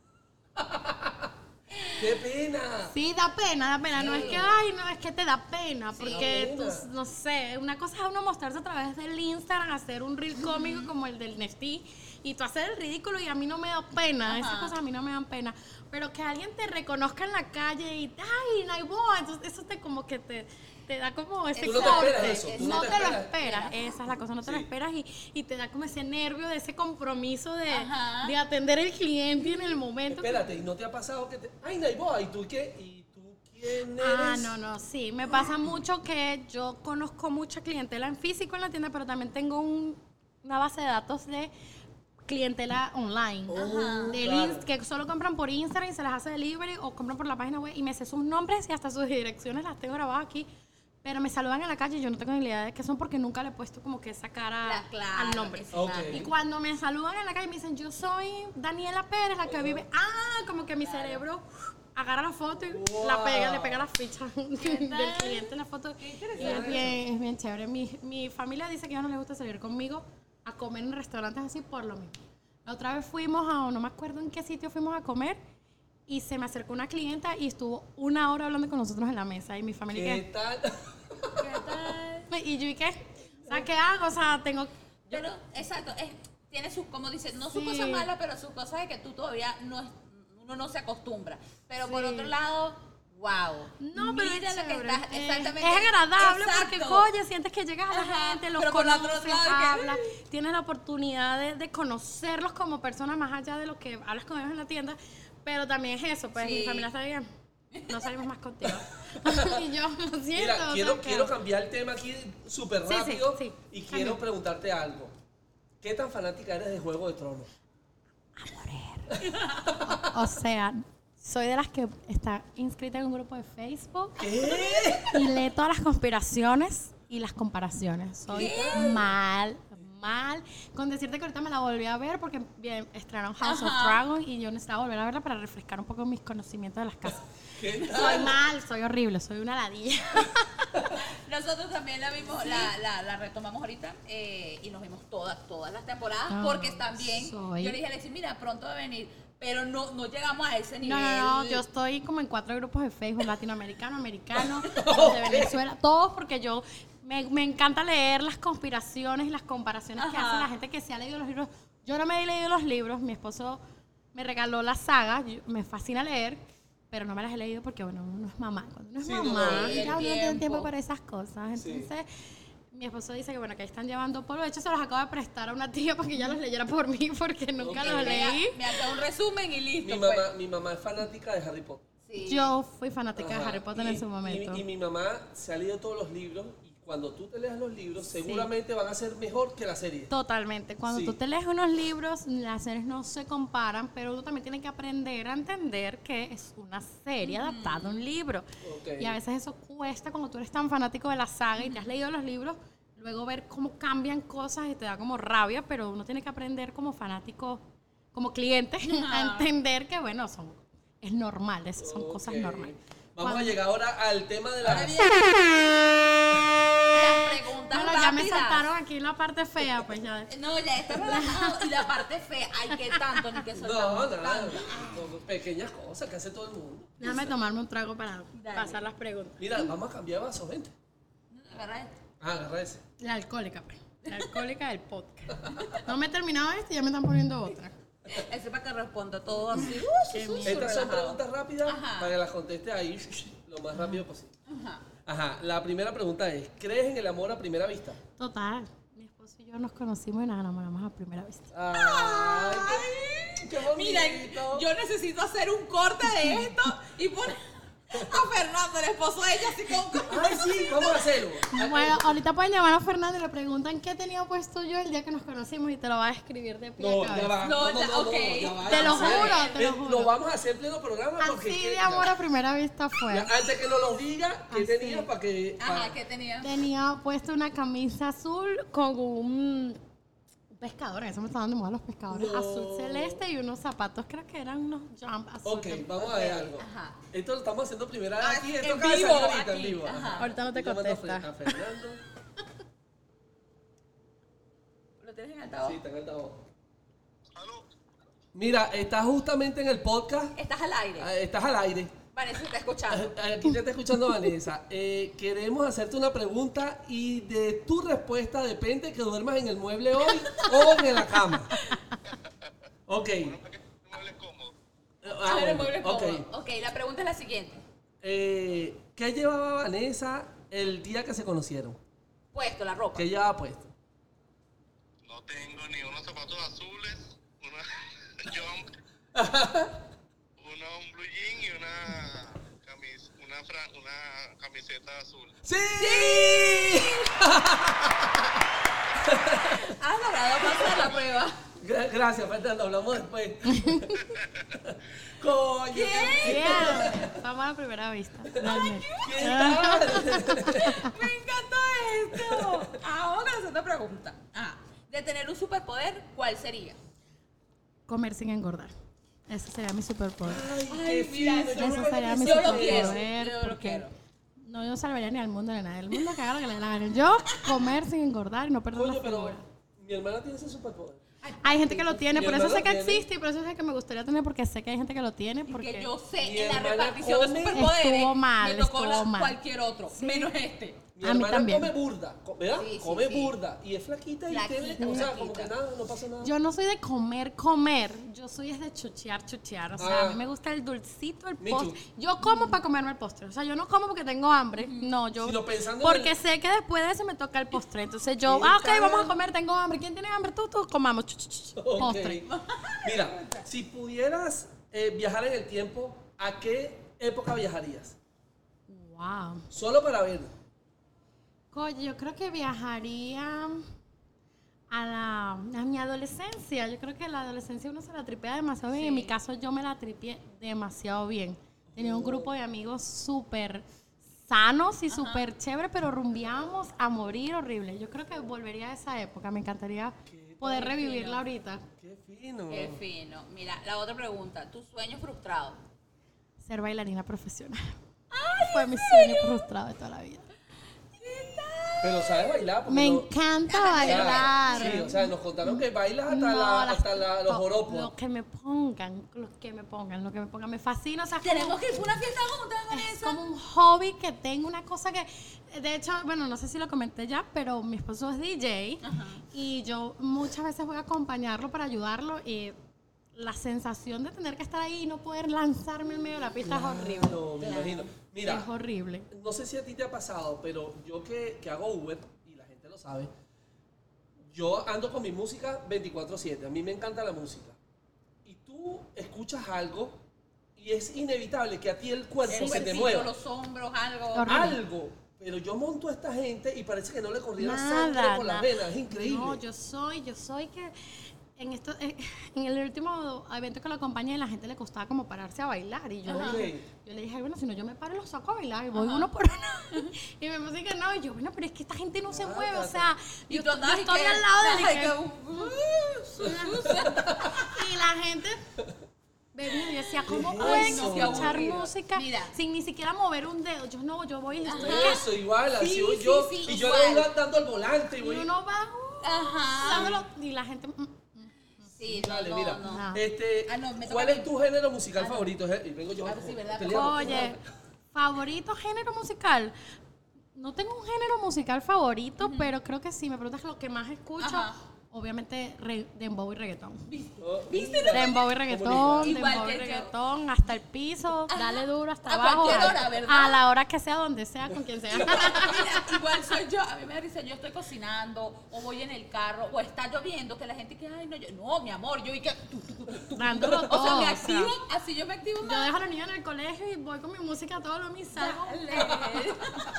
al- ¡Qué pena! Sí, da pena, da pena. No es que, ay, no, es que te da pena. Sí, Porque, da tú, pena. no sé, una cosa es uno mostrarse a través del Instagram, hacer un reel cómico como el del Nestí, y tú hacer el ridículo y a mí no me da pena. Ajá. Esas cosas a mí no me dan pena. Pero que alguien te reconozca en la calle y, ay, Naiboa, entonces eso te como que te, te da como ese Tú no te corte. esperas eso, tú no no te, te lo esperas. esperas. Esa es la cosa, no te lo Sí. esperas y, y te da como ese nervio de ese compromiso de, Ajá. de atender al cliente en el momento. que- Espérate, ¿y no te ha pasado que te... ¡Ay, Naiboa! ¿Y tú qué? ¿Y tú quién eres? Ah, no, no, sí. Me pasa mucho que yo conozco mucha clientela en físico en la tienda, pero también tengo un- una base de datos de clientela online. Oh, Del claro. ins- que solo compran por Instagram y se las hace delivery o compran por la página web y me sé sus nombres y hasta sus direcciones las tengo grabadas aquí. Pero me saludan en la calle y yo no tengo ni idea de qué son porque nunca le he puesto como que esa cara La- claro, al nombre. esa Ok. imagen. Y cuando me saludan en la calle me dicen, yo soy Daniela Pérez, la que vive. Ah, como que mi cerebro uf, agarra la foto y Wow. la pega, le pega la ficha del tal? cliente en la foto. Y es bien, es bien chévere. Mi, mi familia dice que a ellos no les gusta salir conmigo a comer en restaurantes así por lo mismo. La otra vez fuimos a, no me acuerdo en qué sitio fuimos a comer y se me acercó una clienta y estuvo una hora hablando con nosotros en la mesa. Y mi familia, ¿Qué tal? ¿Qué tal? ¿y yo y qué? O sea, ¿qué hago? O sea, tengo... Yo no, exacto, es, tiene sus, como dices, no sus Sí. cosas malas, pero sus cosas de que tú todavía no, es- uno no se acostumbra. Pero por Sí. otro lado, wow. No, pero Mira es lo que chévere. estás, Eh, exactamente. Es agradable porque, Exacto. oye, sientes que llegas a la Ajá, gente, los pero por el otro conoces, lado, que- hablas, tienes la oportunidad de, de conocerlos como personas más allá de lo que hablas con ellos en la tienda, pero también es eso, pues Sí. mi familia está bien, no salimos más contigo. y yo lo siento. Mira, o sea, quiero, que- quiero cambiar el tema aquí súper Sí, sí, rápido sí, y cambia. quiero preguntarte algo. ¿Qué tan fanática eres de Juego de Tronos? O sea, soy de las que está inscrita en un grupo de Facebook ¿Qué? y lee todas las conspiraciones y las comparaciones. Soy mal, mal. Con decirte que ahorita me la volví a ver porque bien, estrenaron House of Ajá. Dragon y yo necesitaba volver a verla para refrescar un poco mis conocimientos de las casas. ¿Qué Soy tal? mal, soy horrible, soy una ladilla. Nosotros también la vimos, la, la, la retomamos ahorita eh, y nos vimos todas, todas las temporadas Ah, porque también soy- yo le dije a Alexis, mira, pronto va a venir, pero no, no llegamos a ese No, nivel. no, no, yo estoy como en cuatro grupos de Facebook, latinoamericano, americano, de Venezuela, todos porque yo me, me encanta leer las conspiraciones y las comparaciones que Ajá. hace la gente que se ha leído los libros. Yo no me he leído los libros, mi esposo me regaló la saga, yo- me fascina leer, pero no me las he leído porque, bueno, uno no es mamá. Cuando uno es Sí, no, mamá, no, el ya uno no tiene tiempo. tiempo para esas cosas. Sí. Entonces, Mi esposo dice que bueno, que ahí están llevando polvo. De hecho, se los acabo de prestar a una tía para que ella los leyera por mí porque nunca Ok. los leí. Me hace un resumen y listo. Mi pues. mamá, mi mamá es fanática de Harry Potter. Sí. Yo fui fanática de Ajá. Harry Potter Y- en su momento. Y, y mi mamá se ha leído todos los libros y cuando tú te leas los libros seguramente van a ser mejor que la serie. Totalmente. Cuando Sí. tú te lees unos libros, las series no se comparan, pero uno también tiene que aprender a entender que es una serie adaptada a un libro. Ok. Y a veces eso cuesta cuando tú eres tan fanático de la saga y te has leído los libros, luego ver cómo cambian cosas y te da como rabia, pero uno tiene que aprender como fanático, como cliente, a entender que, bueno, son, es normal, esas son cosas Ok. normales. Vamos Cuando- a llegar ahora al tema de Ahora la... viene las preguntas Bueno, ya me rápidas. saltaron aquí la parte fea, pues ya. No, ya está relajado. Y la parte fea, ay, qué tanto, ni que No, soltamos nada, tanto. no, pequeñas cosas que hace todo el mundo. Déjame tomarme un trago para Dale. pasar las preguntas. Mira, vamos a cambiar de vaso, gente. Agarra esto. Ah, agarra ese. La alcohólica, pues. La alcohólica del podcast. No me he terminado este y ya me están poniendo otra. Ese es para que responda todo así. Uh, Qué su, su, su, Estas son relajado. preguntas rápidas Ajá. para que las conteste ahí lo más rápido posible. Ajá. Ajá, la primera pregunta es, ¿crees en el amor a primera vista? Total. Mi esposo y yo nos conocimos y nos enamoramos a primera vista. Ay, qué bonito. Mira, yo necesito hacer un corte de esto y poner a Fernando, el esposo de ella, así con... Ay, sí, vamos a hacerlo. Bueno, ahorita pueden llamar a Fernando y le preguntan qué tenía puesto yo el día que nos conocimos y te lo va a escribir de pie No, a cabeza. ya va. No, ya, ok. ya va, Te ya lo va. juro, te lo Eh, juro. Lo vamos a hacer en pleno programa porque... Así que- de amor a primera vista fue. Ya, antes que nos lo diga, ¿qué Así. tenías para que... Ajá, para- ¿qué tenía? Tenía puesto una camisa azul con un pescador, en eso me estaban de moda los pescadores, No. azul celeste y unos zapatos, creo que eran unos jump azul. Ok, vamos a ver algo. Ajá. Esto lo estamos haciendo primera vez Ah, aquí. Esto en acaba de vivo, salir ahorita en aquí, vivo. ajá. Ahorita no te Yo mando a contesta. Fe- a Fernando. ¿Lo tienes en altavoz? Sí, está en altavoz. Mira, estás justamente en el podcast. Estás al aire. Ah, Estás al aire. Vanessa está escuchando. Aquí te está escuchando Vanessa. Eh, queremos hacerte una pregunta y de tu respuesta depende que duermas en el mueble hoy o en la cama. Ok. Ah, A ver, el bueno, mueble ok. cómodo. Ok, la pregunta es la siguiente. Eh, ¿Qué llevaba Vanessa el día que se conocieron? Puesto la ropa. ¿Qué llevaba puesto? No tengo ni unos zapatos azules, una jump, una un blue jean y una camis, una, fra- una camiseta azul. ¡Sí! Has logrado pasar la prueba. Gra- Gracias, Fernando. Hablamos después. Coño. Bien, vamos a la primera vista. Realmente. ¿Qué tal? Me encantó esto. Ahora la segunda pregunta. Ah, de tener un superpoder, ¿cuál sería? Comer sin engordar. Ese sería mi superpoder. Ay, Ay, qué mira, fino. eso Yo Ese creo sería que mi sí yo lo superpoder. quiero, yo lo porque quiero. No, yo no salvaría ni al mundo ni a nadie. El mundo que haga lo que le dé la gana. Yo comer sin engordar y no perder Coño, la pero figura. mi hermana tiene ese superpoder. Hay gente que lo tiene, Mi por eso hermana sé que lo tiene. existe y por eso sé que me gustaría tener, porque sé que hay gente que lo tiene. Y Porque que yo sé, Mi en la hermana repartición de come- superpoderes, Estuvo mal, me tocó estuvo la- mal. cualquier otro, menos este. Mi A mí hermana también. come burda, co- ¿verdad? Sí, sí, come sí. burda y es flaquita y Flaquita, tiene, o sea, como flaquita. que nada, no pasa nada. yo no soy de comer, comer. Yo soy es de chuchear, chuchear. O sea, Ah. a mí me gusta el dulcito, el Me postre. too. Yo como para comerme el postre. O sea, yo no como porque tengo hambre. No, yo. Sino pensando en Porque el- sé que después de eso me toca el postre. Entonces yo, ¿Qué ah, ok, tal? vamos a comer, tengo hambre. ¿Quién tiene hambre? Tú, tú, comamos. Ch, ch, ch, Ok. Postre. Mira, si pudieras eh, viajar en el tiempo, ¿a qué época viajarías? Wow. Solo para ver. Coño, yo creo que viajaría a, la, a mi adolescencia. Yo creo que la adolescencia uno se la tripea demasiado bien. En mi caso, yo me la tripié demasiado bien. Tenía un grupo de amigos súper sanos y súper chéveres, pero rumbiábamos a morir horrible. Yo creo que volvería a esa época. Me encantaría poder revivirla ahorita. Qué fino. Qué fino. Mira, la otra pregunta, tu sueño frustrado. Ser bailarina profesional. Fue mi sueño frustrado de toda la vida. Pero sabes bailar. Porque Me no- encanta o sea, bailar. Sí, o sea, nos contaron que bailas hasta, No, la, las- hasta la- los to- joropos. Lo que me pongan, lo que me pongan, lo que me pongan. Me fascina, o sea, como- Tenemos que ir a una fiesta juntas, es Vanessa. como un hobby que tengo, una cosa que, de hecho, bueno, no sé si lo comenté ya, pero mi esposo es D J y yo muchas veces voy a acompañarlo para ayudarlo y la sensación de tener que estar ahí y no poder lanzarme en medio de la pista es horrible. No, me imagino. Mira, Es horrible. no sé si a ti te ha pasado, pero yo que, que hago Uber, y la gente lo lo sabe. Yo ando con mi música veinticuatro siete, a mí me encanta la música. Y tú escuchas algo y es inevitable que a ti el cuerpo El se te huesito, mueva. los hombros, algo. Horrible. Algo. Pero yo monto a esta gente y parece que no le corriera Nada, sangre por las nada. venas, es increíble. No, yo soy, yo soy que en esto, eh, en el último evento que lo acompañé, la gente le costaba como pararse a bailar y yo, Ajá. le dije, yo le dije, bueno, si no yo me paro y los saco a bailar y voy uno por uno. Y me puse que no, y yo, bueno, pero es que esta gente no se Ah, mueve, o claro. sea, Y yo, tú yo andabas y estoy que- al lado de ay, él que- y la gente venía y decía, ¿cómo ¿Qué pueden es eso? escuchar Qué aburrida. música Mira. sin ni siquiera mover un dedo? Yo no, yo voy y estoy Eso, igual, así Sí, voy sí, yo. sí, y yo igual. le voy dando al volante y y voy. uno va, uh, Ajá. dándolo, y la gente... mm, Sí, Dale, no, mira. no, no. no. Este, Ah, no, me toca ¿cuál a es mí. tu género musical Ah, no. favorito? Eh, Y vengo yo. Claro, sí, ¿verdad? peleando. Oye, favorito género musical. No tengo un género musical favorito, pero creo que sí. Me preguntas lo que más escucho, Ajá. obviamente re- dembow y reggaetón. Oh, Dembow y reggaetón, Igual dembow y que yo. reggaetón, hasta el piso, dale duro hasta A abajo. cualquier a- hora, ¿verdad? A la hora que sea, donde sea, con quien sea. Mira, igual soy yo, a mí me da risa, yo estoy cocinando o voy en el carro o está lloviendo que la gente que, ay, no, yo, no, mi amor, yo y que, tu, tu, tu, tu, Dándolo o sea, todo, me o sea. activo, así yo me activo Yo más. dejo a los niños en el colegio y voy con mi música todo lo mismo, salgo Dale.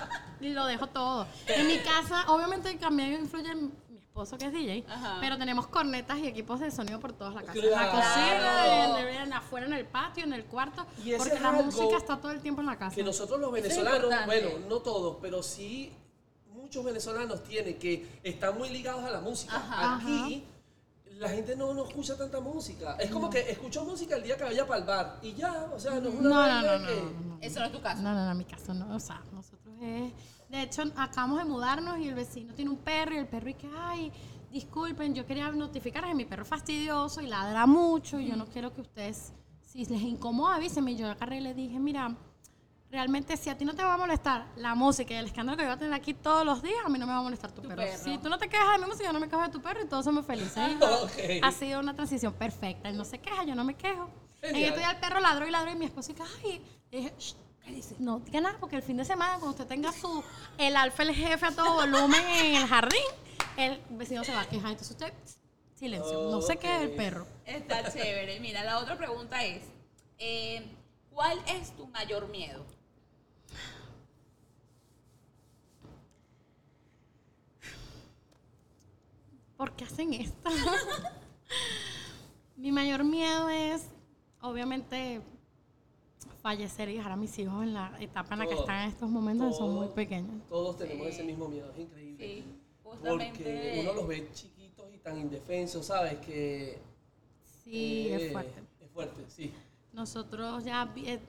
y lo dejo todo. En mi casa, obviamente también influye mi esposo que es D J, Ajá. pero tenemos cornetas y equipos de sonido por toda la casa. En Claro. la cocina, en el- en afuera en el patio, en el cuarto, Y ese porque es la algo música está todo el tiempo en la casa. Que nosotros los Eso es venezolanos, importante. bueno, no todos, pero sí muchos venezolanos tienen que están muy ligados a la música. Ajá. Aquí la gente no, no escucha tanta música. Es como que escucho música el día que vaya para el bar y ya, o sea, no es una No, no, vaina no, no, que... no, no. Eso no es tu caso. No, no, no, en mi caso no. O sea, nosotros es. De hecho, acabamos de mudarnos y el vecino tiene un perro y el perro y que, ay, disculpen, yo quería notificarles que mi perro es fastidioso y ladra mucho y yo no quiero que ustedes, si les incomoda, avísenme. Y yo agarré y le dije, mira, realmente si a ti no te va a molestar la música y el escándalo que yo voy a tener aquí todos los días, a mí no me va a molestar tu, Tu perro. perro. Si tú no te quejas de mi música, yo no me quejo de tu perro y todos somos felices. Y Ok. ha sido una transición perfecta. Él no se queja, yo no me quejo. En Genial. esto ya el perro ladró y ladró y mi esposo dice, ay, y dije, "Shh, cállese, no diga nada, porque el fin de semana, cuando usted tenga su, el alfa, el jefe a todo volumen en el jardín, el vecino se va a quejar. Entonces usted, silencio, no se queje del Ok. perro. Está chévere. Mira, la otra pregunta es, eh, ¿cuál es tu mayor miedo? ¿Por qué hacen esto? Mi mayor miedo es, obviamente, fallecer y dejar a mis hijos en la etapa en la que Todo. están en estos momentos, son muy Todos- pequeños. Todos tenemos Sí. ese mismo miedo, es increíble. Sí, Porque justamente. uno los ve chiquitos y tan indefensos, ¿sabes? Que Sí, eh, es fuerte. Es fuerte, sí. Nosotros ya, vi- eh,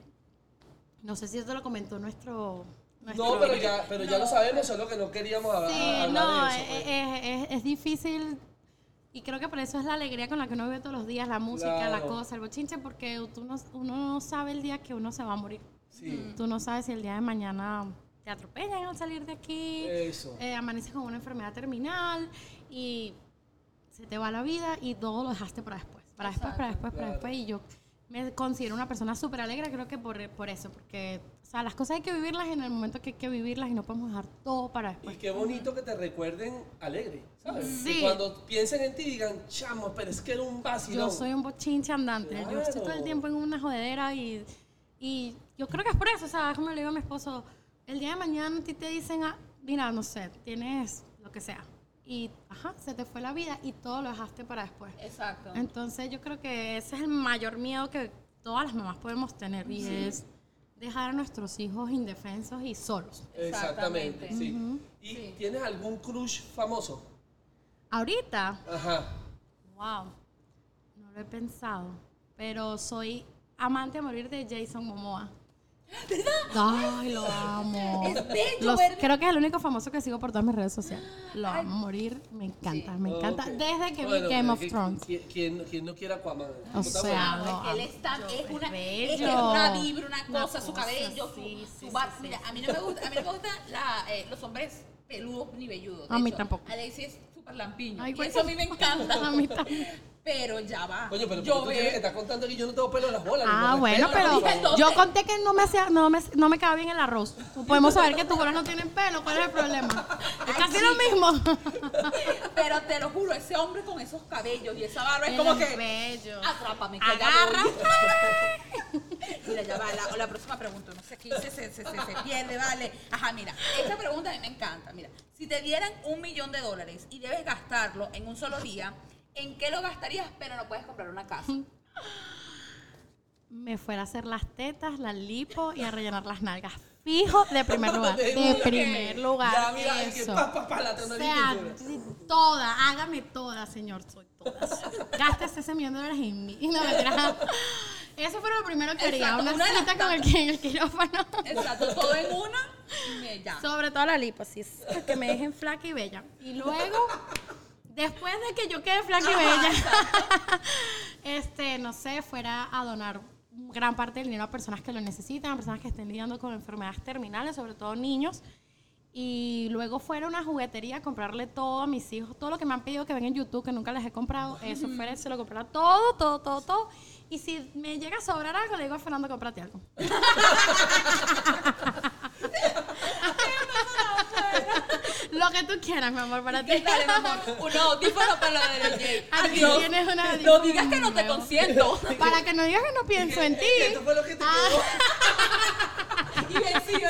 no sé si esto lo comentó nuestro... nuestro No, pero ya, pero ya No. lo sabemos, solo que no queríamos hablar, Sí, hablar no, de eso. pues. es, es- es difícil y creo que por eso es la alegría con la que uno vive todos los días, la música, la Claro. cosa, el bochinche, porque tú no- uno no sabe el día que uno se va a morir. Sí, Tú no sabes si el día de mañana te atropellan al salir de aquí, eso. eh, amaneces con una enfermedad terminal y se te va la vida y todo lo dejaste para después, para después, para después, para Claro. después. Y yo me considero una persona súper alegre, creo que por, por eso, porque o sea, las cosas hay que vivirlas en el momento que hay que vivirlas y no podemos dejar todo para después. Y qué bonito que te recuerden alegre, ¿sabes? Sí. Que cuando piensen en ti digan, chamo, pero es que era un vacilón. Yo soy un bochinche andante. Yo estoy todo el Claro. tiempo en una jodedera y, y yo creo que es por eso, o sea, como le digo a mi esposo, el día de mañana a ti te dicen, ah, mira, no sé, tienes lo que sea. Y, ajá, se te fue la vida y todo lo dejaste para después. Exacto. Entonces yo creo que ese es el mayor miedo que todas las mamás podemos tener y es dejar a nuestros hijos indefensos y solos. Exactamente, Exactamente. sí. Ujú. ¿Y Sí. tienes algún crush famoso? Ahorita, Ajá. wow, no lo he pensado, pero soy amante a morir de Jason Momoa. ¿Verdad? Ay, lo amo. Es bello, Los- ¿verdad? creo que es el único famoso que sigo por todas mis redes sociales. Lo Ay. amo a morir, me encanta, Sí. me encanta. Ok. Desde que Bueno, vi Game es of que Thrones. ¿quién, quién, quién no quiere Aquaman? O Está sea, bueno. lo No, es que él amo. está, Yo, es es una, bello. es que es una vibra, una Una cosa, su cosa, cabello, su, sí, sí, su bar- sí, Mira, sí, a mí no me gusta, a mí no me gustan la, eh, los hombres peludos ni velludos. De A mí hecho, tampoco. Alexis es súper lampiño. Ay, y güey. eso a mí me encanta. A mí también. Pero ya va. Coño, pero yo ¿por qué tú veo- tienes que estar contando que yo no tengo pelo en las bolas? Ah, no me bueno, pelo, pero por favor. yo conté que no me hacía, no me, no me quedaba bien el arroz. Podemos saber que tus bolas no tienen pelo. ¿Cuál es el problema? Es casi lo mismo. Pero te lo juro, ese hombre con esos cabellos y esa barba es Él como es que. bello. Atrápame, que ya Agarra. voy. Mira, ya va, la, la próxima pregunta. No sé qué se, se, se, se, se pierde, vale. Ajá, mira, esta pregunta a mí me encanta. Mira, si te dieran un millón de dólares y debes gastarlo en un solo día, ¿en qué lo gastarías? Pero no puedes comprar una casa. Me fuera a hacer las tetas, la lipo y a rellenar las nalgas. Fijo de primer lugar. De De una. primer lugar. Ya, mira, es que Eso. pa, pa, pa, la O tenoriz sea, pintura. sí, toda, hágame toda, señor, soy todas. Gástese ese millón de dólares en mí. No, mentira. Eso fue lo primero que haría, Exacto, una una de las cita con el, en el quirófano. Exacto, todo en una y me- ya. Sobre todo la lipo, sí, para que me dejen flaca y bella. Y luego, después de que yo quede flaca y bella, este, no sé, fuera a donar gran parte del dinero a personas que lo necesitan, a personas que estén lidiando con enfermedades terminales, sobre todo niños. Y luego fuera a una juguetería a comprarle todo a mis hijos, todo lo que me han pedido que ven en YouTube, que nunca les he comprado, eso fuera, se lo comprara todo, todo, todo, todo. Y si me llega a sobrar algo, le digo a Fernando, cómprate algo. Lo que tú quieras, mi amor, para ti. ¿Qué tal, mi amor? Un audífono para la de Jay. Aquí Adiós. tienes una No audífono digas que no te nuevo. consiento. Para que no digas que no pienso en ti. Esto fue lo que te Ah. quedó. Y vencido.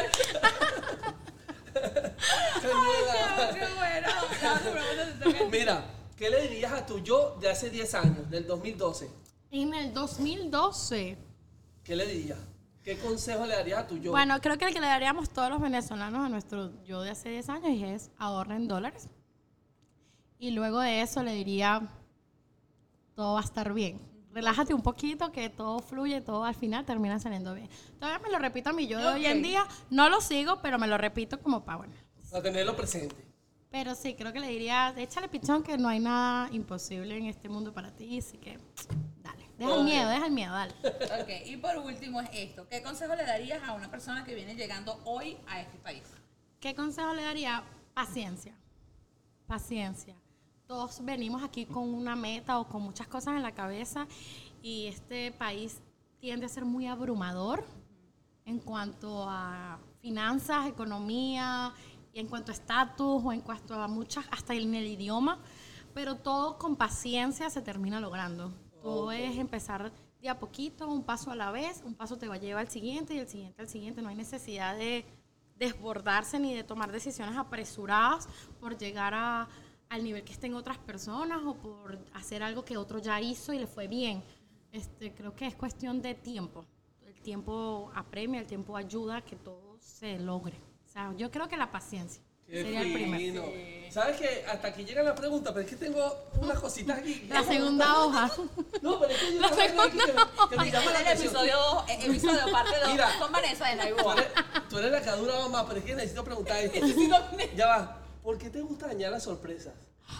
Daniela. Qué bueno. Ya, tu pregunta te toca. Mira, ¿qué le dirías a tu yo de hace diez años, del dos mil doce? En el dos mil doce. ¿Qué le dirías? ¿Qué consejo le darías a tu yo? Bueno, creo que el que le daríamos todos los venezolanos a nuestro yo de hace diez años es ahorren dólares. Y luego de eso le diría, todo va a estar bien. Relájate un poquito, que todo fluye, todo al final termina saliendo bien. Todavía me lo repito a mí yo de hoy en Ok. día. No lo sigo, pero me lo repito como para, bueno. A tenerlo presente. Pero sí, creo que le diría, échale pichón que no hay nada imposible en este mundo para ti, así que dale. Deja el Ok. miedo, deja el miedo, dale. Ok, y por último es esto. ¿Qué consejo le darías a una persona que viene llegando hoy a este país? ¿Qué consejo le daría? Paciencia. Paciencia. Todos venimos aquí con una meta o con muchas cosas en la cabeza y este país tiende a ser muy abrumador en cuanto a finanzas, economía, y en cuanto a estatus o en cuanto a muchas, hasta en el idioma, pero todo con paciencia se termina logrando. Todo es empezar de a poquito, un paso a la vez, un paso te va a llevar al siguiente y el siguiente al siguiente. No hay necesidad de desbordarse ni de tomar decisiones apresuradas por llegar a, al nivel que estén otras personas o por hacer algo que otro ya hizo y le fue bien. Este, creo que es cuestión de tiempo. El tiempo apremia, el tiempo ayuda a que todo se logre. O sea, yo creo que la paciencia Qué sería el primero. fino. ¿Sabes qué? Hasta aquí llega la pregunta, pero es que tengo unas cositas aquí. La segunda hoja. No, pero es que yo La tengo algo aquí que, me- que me Este llama es la el atención. episodio, eh, episodio parte dos Mira. con Vanessa de Tú Naiboa. eres, tú eres la que ha durado más, pero es que necesito preguntar esto. Ya va. ¿Por qué te gusta dañar las sorpresas?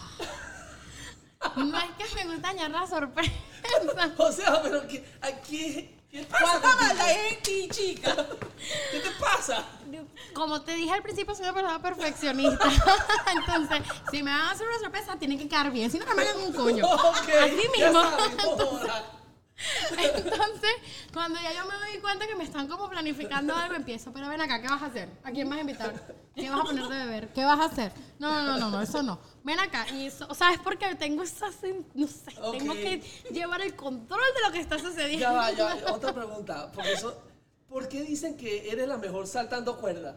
No es que me gusta dañar la sorpresa. O sea, pero ¿qué, aquí, ¿qué pasa ¿Cuánta contigo? maldad hay en ti, chica? ¿Qué te pasa? Como te dije al principio, soy una persona perfeccionista. Entonces, si me van a hacer una sorpresa, tiene que quedar bien. Si no, que me hagan un coño. Ok, Así ya mismo. sabes, no jodas. Entonces, cuando ya yo me doy cuenta que me están como planificando algo, empiezo, pero ven acá, ¿qué vas a hacer? ¿A quién vas a invitar? ¿Qué vas a poner de beber? ¿Qué vas a hacer? No, no, no, no, no, eso no. Ven acá. Y eso, o sea, es porque tengo esa, sen- no sé, Ok. tengo que llevar el control de lo que está sucediendo. Ya va, ya va. Otra pregunta. Porque eso, ¿por qué dicen que eres la mejor saltando cuerda?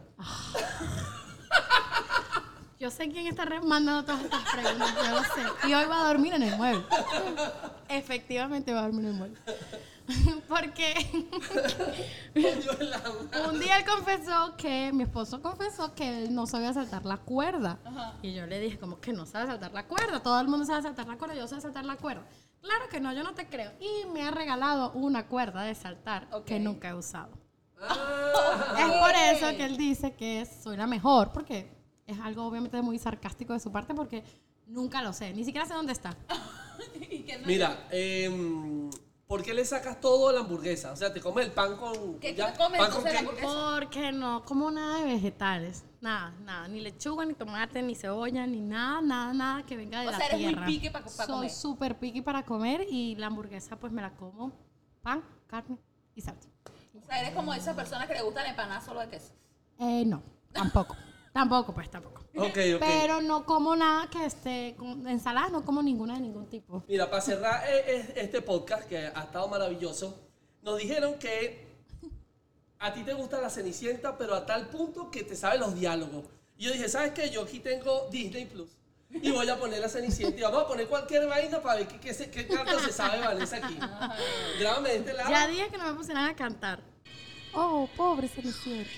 Yo sé quién está re- mandando todas estas preguntas, yo lo sé. Y hoy va a dormir en el mueble. Efectivamente va a dormir en el mueble. Porque Coño, en la madre. un día él confesó que, mi esposo confesó que él no sabía saltar la cuerda. Y yo le dije, como que no sabe saltar la cuerda? Todo el mundo sabe saltar la cuerda, yo sé saltar la cuerda. Claro que no, yo no te creo. Y me ha regalado una cuerda de saltar Ok. que nunca he usado. Ah, Es por eso que él dice que soy la mejor, porque es algo obviamente muy sarcástico de su parte, porque nunca lo sé, ni siquiera sé dónde está. ¿Y qué no- mira, eh, ¿por qué le sacas todo a la hamburguesa? O sea, te comes el pan con... ¿Qué ya, te comes pan con entonces la qué? hamburguesa? Porque no como nada de vegetales. Nada, nada, ni lechuga, ni tomate, ni cebolla, ni nada, nada, nada que venga de O la sea, eres muy tierra. pique pa- pa Soy comer. súper piqui para comer y la hamburguesa pues me la como pan, carne y salsa. O sea, eres como esa persona que le gusta la empanada solo de queso. Eh, no, tampoco, tampoco pues tampoco. Ok, ok. Pero no como nada que esté, con ensaladas no como ninguna de ningún tipo. Mira, para cerrar eh, eh, este podcast que ha estado maravilloso, nos dijeron que a ti te gusta la Cenicienta, pero a tal punto que te sabe los diálogos. Y yo dije, ¿sabes qué? Yo aquí tengo Disney Plus y voy a poner la Cenicienta y vamos a poner cualquier vaina para ver qué, qué, se- qué canto se sabe Vanessa aquí. Grábame de este lado. Ya dije que no me pusieran a cantar. Oh, pobre Cenicienta.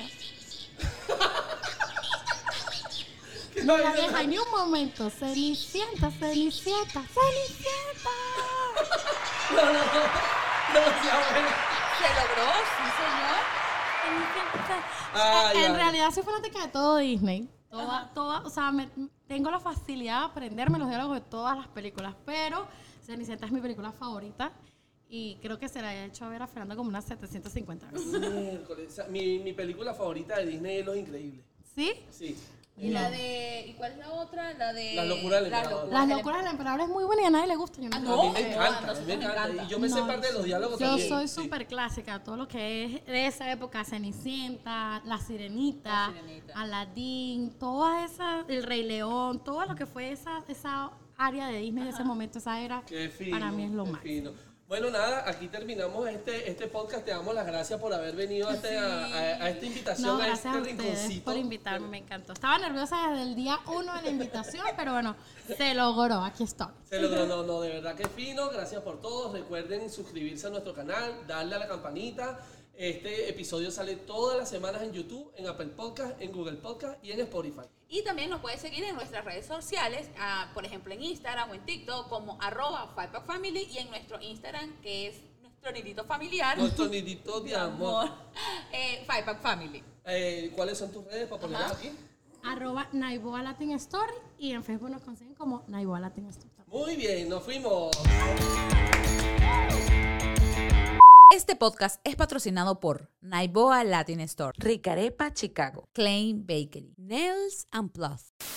¿Qué No vaina? la deja ni un momento. Cenicienta, Cenicienta, Cenicienta. No, no, no. No, ya, bueno. Se logró, sí, señor. Cenicienta. Ah, en ya. realidad soy fanática de todo Disney. Toda, toda, o sea, me- tengo la facilidad de aprenderme los diálogos de todas las películas, pero Cenicienta es mi película favorita y creo que se la he hecho ver a Fernanda como unas setecientas cincuenta veces. Miércoles. O sea, Mi, mi película favorita de Disney es Los Increíbles. ¿Sí? Sí. Y la de. ¿Y cuál es la otra? La de. Las locuras del Las emperador. Las del locuras del emperador es muy buena y a nadie le gusta. Yo no Ah, sé no. A mí por me qué. encanta, a a mí nosotros me nos encanta. encanta. Y yo me sé No, parte de los diálogos Yo también. soy sí. súper clásica, todo lo que es de esa época, Cenicienta, La Sirenita, La Sirenita. Aladín, toda esa, El Rey León, todo lo que fue esa, esa área de Disney de ese momento, esa era, Qué fino, para mí es lo qué máximo. fino. Bueno, nada, aquí terminamos este, este podcast. Te damos las gracias por haber venido a, este, a, a- a esta invitación, No, a gracias este a ustedes rinconcito. por invitarme, me encantó. Estaba nerviosa desde el día uno de la invitación, pero bueno, se logró, aquí estoy. Se logró, no, no, de verdad que fino. Gracias por todo. Recuerden suscribirse a nuestro canal, darle a la campanita. Este episodio sale todas las semanas en YouTube, en Apple Podcast, en Google Podcast y en Spotify. Y también nos puedes seguir en nuestras redes sociales, ah, por ejemplo en Instagram o en TikTok como arroba Five Pack Family y en nuestro Instagram que es nuestro nidito familiar. Nuestro nidito de amor. eh, Five Pack Family. Eh, ¿Cuáles son tus redes para ponerlas Ajá. aquí? Arroba Naiboa Latin Story y en Facebook nos consiguen como Naiboa Latin Story. Muy bien, nos fuimos. Este podcast es patrocinado por Naiboa Latin Store, Ricarepa Chicago, Klein Bakery, Nails and Plus.